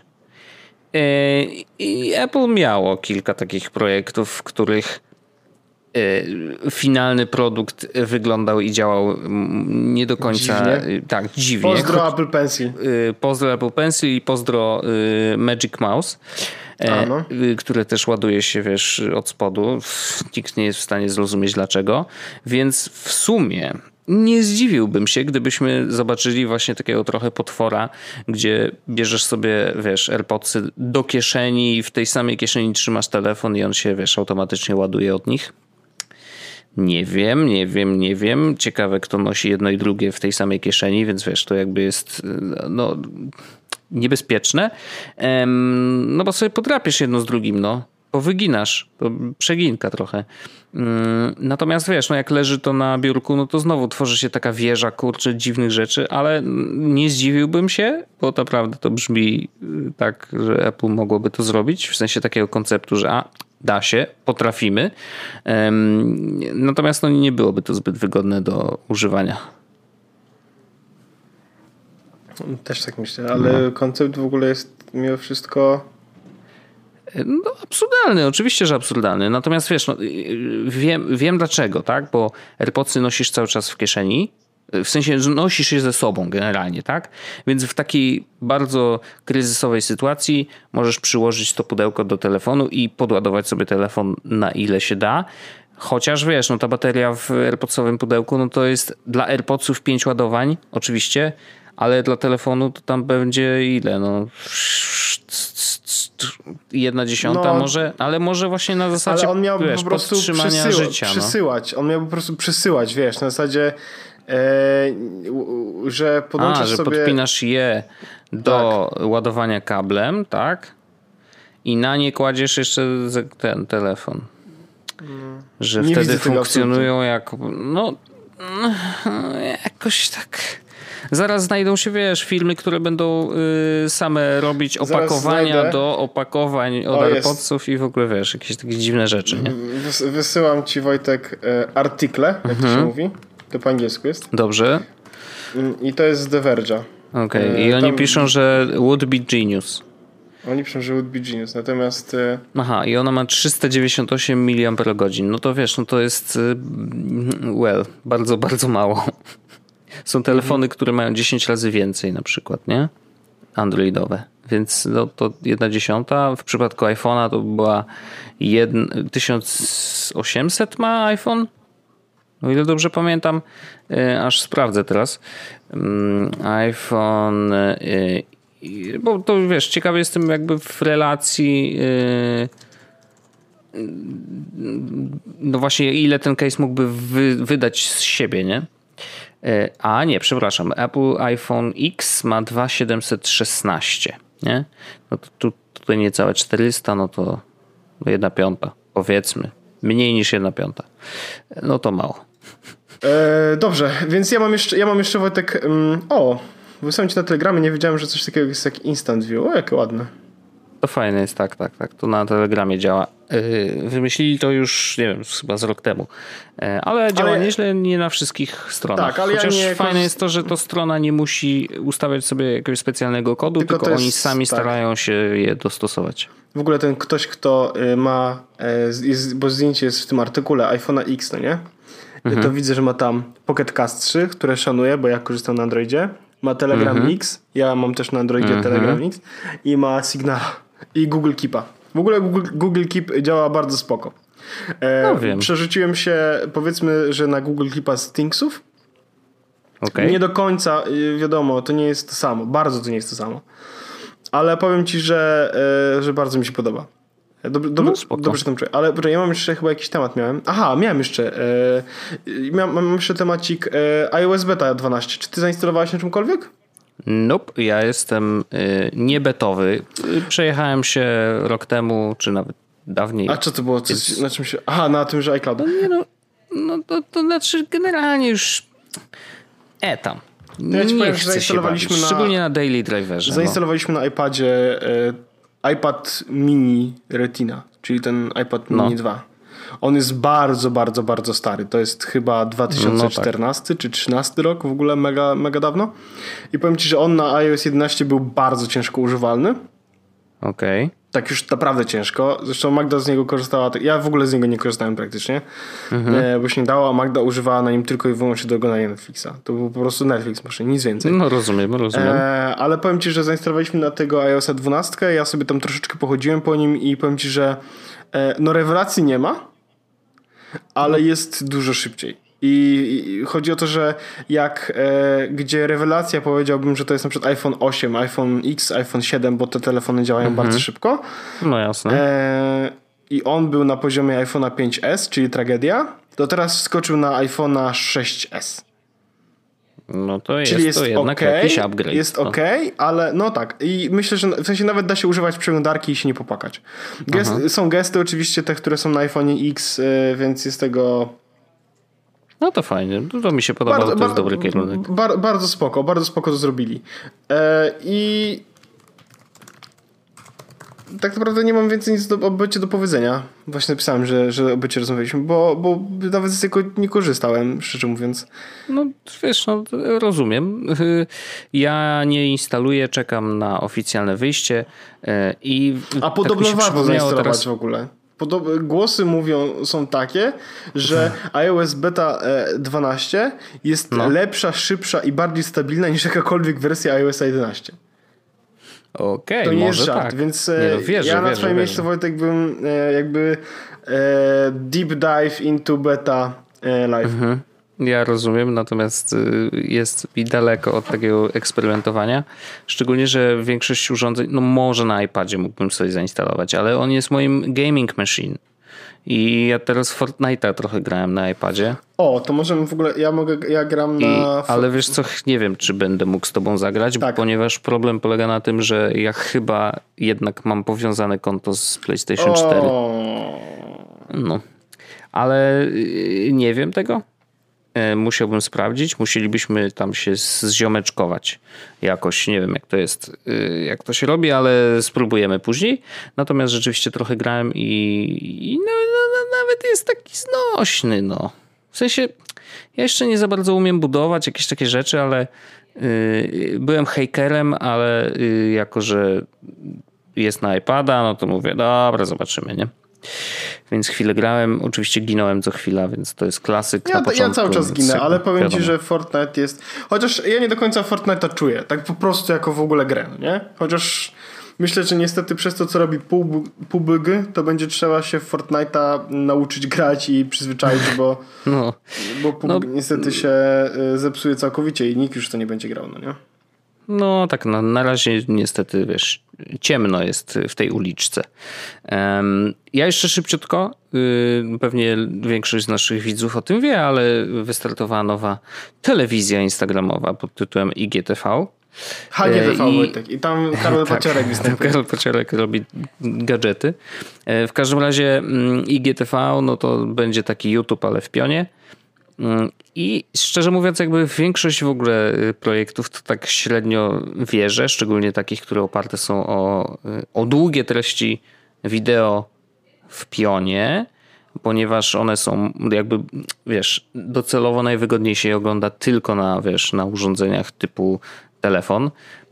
Apple miało kilka takich projektów, w których finalny produkt wyglądał i działał nie do końca dziwnie. Tak, dziwnie. Pozdro Apple Pencil. Pozdro Apple Pencil i pozdro Magic Mouse, które też ładuje się, wiesz, od spodu. Nikt nie jest w stanie zrozumieć dlaczego. Więc w sumie nie zdziwiłbym się, gdybyśmy zobaczyli właśnie takiego trochę potwora, gdzie bierzesz sobie, wiesz, AirPodsy do kieszeni i w tej samej kieszeni trzymasz telefon i on się, wiesz, automatycznie ładuje od nich. Nie wiem. Ciekawe, kto nosi jedno i drugie w tej samej kieszeni, więc wiesz, to jakby jest niebezpieczne. No bo sobie podrapiesz jedno z drugim, powyginasz, to przeginka trochę. Natomiast wiesz, jak leży to na biurku, to znowu tworzy się taka wieża, kurczę, dziwnych rzeczy, ale nie zdziwiłbym się, bo naprawdę to brzmi tak, że Apple mogłoby to zrobić, w sensie takiego konceptu, że da się, potrafimy. Natomiast nie byłoby to zbyt wygodne do używania. Też tak myślę, ale koncept w ogóle jest mimo wszystko... absurdalny, oczywiście, że absurdalny. Natomiast wiesz, wiem dlaczego, tak? Bo AirPodsy nosisz cały czas w kieszeni. W sensie, że nosisz je ze sobą generalnie, tak? Więc w takiej bardzo kryzysowej sytuacji możesz przyłożyć to pudełko do telefonu i podładować sobie telefon na ile się da. Chociaż wiesz, ta bateria w AirPodsowym pudełku, to jest dla AirPodsów 5 ładowań, oczywiście, ale dla telefonu to tam będzie ile? 1/10 może, ale może właśnie na zasadzie, ale on miał po prostu podtrzymania życia. Przesyłać. On miał po prostu przesyłać, wiesz, na zasadzie że podłączasz że sobie... podpinasz je do ładowania kablem, tak? I na nie kładziesz jeszcze ten telefon. Że nie wtedy funkcjonują jak... jakoś tak... Zaraz znajdą się, wiesz, filmy, które będą same robić opakowania do opakowań od AirPodsów i w ogóle, wiesz, jakieś takie dziwne rzeczy, nie? Wysyłam ci, Wojtek, artyklę, jak to się mówi. To po angielsku jest. Dobrze. I to jest z The Verge'a. Okej. I oni piszą, że would be genius. Oni piszą, że would be genius, natomiast... i ona ma 398 mAh. No to wiesz, to jest bardzo, bardzo mało. Są telefony, które mają 10 razy więcej na przykład, nie? Androidowe. Więc to 1/10. W przypadku iPhone'a to była 1800 ma iPhone? O ile dobrze pamiętam. Aż sprawdzę teraz. iPhone... bo to wiesz, ciekawy jestem jakby w relacji... właśnie ile ten case mógłby wydać z siebie, nie? Nie, przepraszam. Apple iPhone X ma 2716, nie? No to tutaj niecałe 400, to 1/5, powiedzmy. Mniej niż 1/5. No to mało. Dobrze, więc ja mam jeszcze Wojtek... wysłałem ci na Telegramie, nie wiedziałem, że coś takiego jest jak Instant View. O, jakie ładne. To fajne jest, tak. To na Telegramie działa. Wymyślili to już, nie wiem, chyba z rok temu. Ale działa nieźle, nie na wszystkich stronach. Tak, ale chociaż fajne jest to, że to strona nie musi ustawiać sobie jakiegoś specjalnego kodu, tylko oni sami starają się je dostosować. W ogóle ten ktoś, kto ma, bo zdjęcie jest w tym artykule iPhone'a X, no nie? To widzę, że ma tam Pocket Cast 3, które szanuję, bo ja korzystam na Androidzie. Ma Telegram X, ja mam też na Androidzie Telegram X i ma Signala i Google Keepa. W ogóle Google Keep działa bardzo spoko. Wiem. Przerzuciłem się, powiedzmy, że na Google Keepa z Thingsów. Okay. Nie do końca, wiadomo, to nie jest to samo. Bardzo to nie jest to samo. Ale powiem ci, że bardzo mi się podoba. Dobrze tam czuję. Ale poczekaj, ja mam jeszcze chyba jakiś temat miałem. Aha, miałem jeszcze. Mam jeszcze temacik iOS Beta 12. Czy ty zainstalowałeś na czymkolwiek? Nope, ja jestem niebetowy. Przejechałem się rok temu, czy nawet dawniej. A co to było? Na czym się... Aha, na tym, że iCloud. To znaczy generalnie już tam. Ja ci powiem, że zainstalowaliśmy szczególnie na Daily Driverze. Zainstalowaliśmy na iPadzie iPad mini Retina, czyli ten iPad mini 2. On jest bardzo, bardzo, bardzo stary. To jest chyba 2014 czy 2013 rok, w ogóle mega, mega dawno. I powiem ci, że on na iOS 11 był bardzo ciężko używalny. Okej. Tak już naprawdę ciężko. Zresztą Magda z niego korzystała. Ja w ogóle z niego nie korzystałem praktycznie, bo się nie dało, a Magda używała na nim tylko i wyłącznie do oglądania Netflixa. To był po prostu Netflix, może nic więcej. No rozumiem. Ale powiem ci, że zainstalowaliśmy na tego iOS-a 12. Ja sobie tam troszeczkę pochodziłem po nim i powiem ci, że rewelacji nie ma, ale jest dużo szybciej. I chodzi o to, że gdzie rewelacja, powiedziałbym, że to jest na przykład iPhone 8, iPhone X, iPhone 7, bo te telefony działają bardzo szybko. No jasne. I on był na poziomie iPhone'a 5S, czyli tragedia, to teraz skoczył na iPhone'a 6S. No to jest to jednak jakiś upgrade. Jest okej, ale no tak. I myślę, że w sensie nawet da się używać przeglądarki i się nie popłakać. Są gesty oczywiście te, które są na iPhone'ie X, więc jest tego... No to fajnie, to mi się podobało, to jest dobry kierunek. Bardzo spoko to zrobili. I tak naprawdę nie mam więcej nic o bycie do powiedzenia. Właśnie napisałem, że o bycie rozmawialiśmy, bo nawet z tego nie korzystałem, szczerze mówiąc. No wiesz, rozumiem. Ja nie instaluję, czekam na oficjalne wyjście i... A podobno warto zainstalować teraz... w ogóle. Głosy są takie, że iOS Beta 12 jest lepsza, szybsza i bardziej stabilna niż jakakolwiek wersja iOS 11. Okej, to nie może jest żart, tak. więc ja na twoim miejscu, Wojtek, bym jakby deep dive into beta live. Ja rozumiem, natomiast jest mi daleko od takiego eksperymentowania. Szczególnie, że większość urządzeń, może na iPadzie mógłbym sobie zainstalować, ale on jest moim gaming machine. I ja teraz Fortnite'a trochę grałem na iPadzie. To możemy w ogóle, ja gram na... Ale wiesz co, nie wiem, czy będę mógł z tobą zagrać, ponieważ problem polega na tym, że ja chyba jednak mam powiązane konto z PlayStation 4. No, ale nie wiem tego. Musiałbym sprawdzić, musielibyśmy tam się zziomeczkować jakoś, nie wiem jak to jest, jak to się robi, ale spróbujemy później. Natomiast rzeczywiście trochę grałem i nawet jest taki znośny, W sensie, ja jeszcze nie za bardzo umiem budować jakieś takie rzeczy, ale byłem hakerem, ale jako, że jest na iPada, to mówię, dobra, zobaczymy, nie? Więc chwilę grałem, oczywiście ginąłem co chwila, więc to jest klasyk. Ja cały czas ginę, ale powiem ci, że Fortnite jest... Chociaż ja nie do końca Fortnite'a czuję, tak po prostu jako w ogóle grę, nie? Chociaż myślę, że niestety przez to, co robi PUBG, to będzie trzeba się w Fortnite'a nauczyć grać i przyzwyczaić, bo PUBG niestety się zepsuje całkowicie i nikt już to nie będzie grał, nie? No tak, na razie niestety, wiesz, ciemno jest w tej uliczce. Ja jeszcze szybciutko, pewnie większość z naszych widzów o tym wie, ale wystartowała nowa telewizja instagramowa pod tytułem IGTV. HGTV, Wojtek. I tam Karol Paciorek występuje. Karol Paciorek robi gadżety. W każdym razie IGTV, to będzie taki YouTube, ale w pionie. I szczerze mówiąc, jakby większość w ogóle projektów to tak średnio wierzę, szczególnie takich, które oparte są o długie treści wideo w pionie, ponieważ one są jakby, wiesz, docelowo najwygodniej się je ogląda tylko na urządzeniach typu telefon,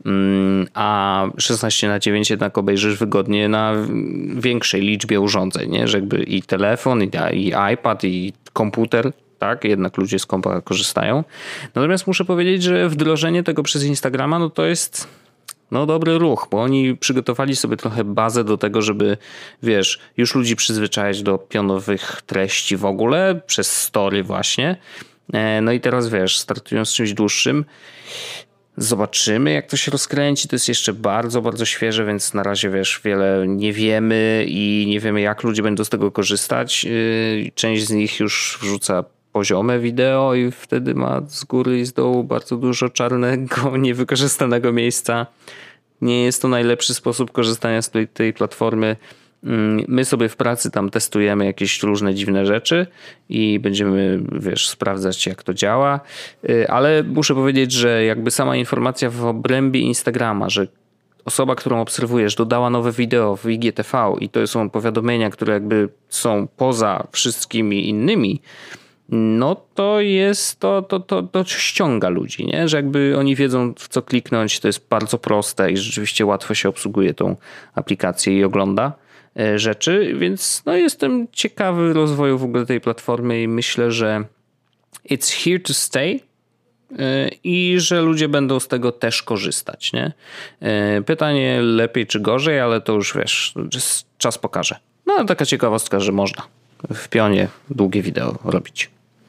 a 16:9 jednak obejrzysz wygodnie na większej liczbie urządzeń, nie? Że jakby i telefon, i iPad, i komputer. Tak, jednak ludzie z kompa korzystają. Natomiast muszę powiedzieć, że wdrożenie tego przez Instagrama, to jest dobry ruch, bo oni przygotowali sobie trochę bazę do tego, żeby, wiesz, już ludzi przyzwyczaić do pionowych treści w ogóle, przez story właśnie. No i teraz, wiesz, startują z czymś dłuższym. Zobaczymy, jak to się rozkręci. To jest jeszcze bardzo, bardzo świeże, więc na razie wiele nie wiemy i nie wiemy, jak ludzie będą z tego korzystać. Część z nich już wrzuca poziome wideo i wtedy ma z góry i z dołu bardzo dużo czarnego, niewykorzystanego miejsca. Nie jest to najlepszy sposób korzystania z tej platformy. My sobie w pracy tam testujemy jakieś różne dziwne rzeczy i będziemy, sprawdzać, jak to działa, ale muszę powiedzieć, że jakby sama informacja w obrębie Instagrama, że osoba, którą obserwujesz, dodała nowe wideo w IGTV i to są powiadomienia, które jakby są poza wszystkimi innymi, no to jest to ściąga ludzi, nie? Że jakby oni wiedzą, w co kliknąć, to jest bardzo proste i rzeczywiście łatwo się obsługuje tą aplikację i ogląda rzeczy, więc no jestem ciekawy rozwoju w ogóle tej platformy i myślę, że it's here to stay i że ludzie będą z tego też korzystać, nie? Pytanie lepiej czy gorzej, ale to już czas pokaże. No ale taka ciekawostka, że można w pionie długie wideo robić.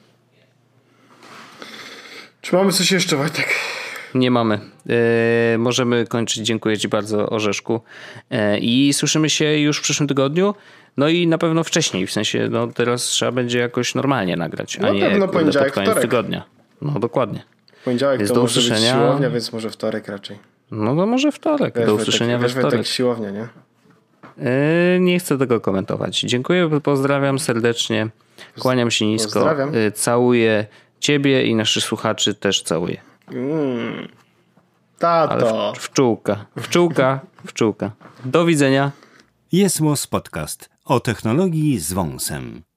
Czy mamy coś jeszcze, Wojtek? Nie mamy. Możemy kończyć. Dziękuję Ci bardzo, Orzeszku. I słyszymy się już w przyszłym tygodniu. No i na pewno wcześniej. W sensie teraz trzeba będzie jakoś normalnie nagrać, a nie pod koniec tygodnia. No dokładnie. Poniedziałek więc to może być siłownia, więc może wtorek raczej. No to może wtorek. Do usłyszenia we wtorek. Tak siłownia, nie? Nie chcę tego komentować. Dziękuję, pozdrawiam serdecznie. Kłaniam się nisko. Pozdrawiam. Całuję Ciebie i naszych słuchaczy też całuję. Tato. Ale wczułka. Do widzenia. Jest Podcast o technologii z wąsem.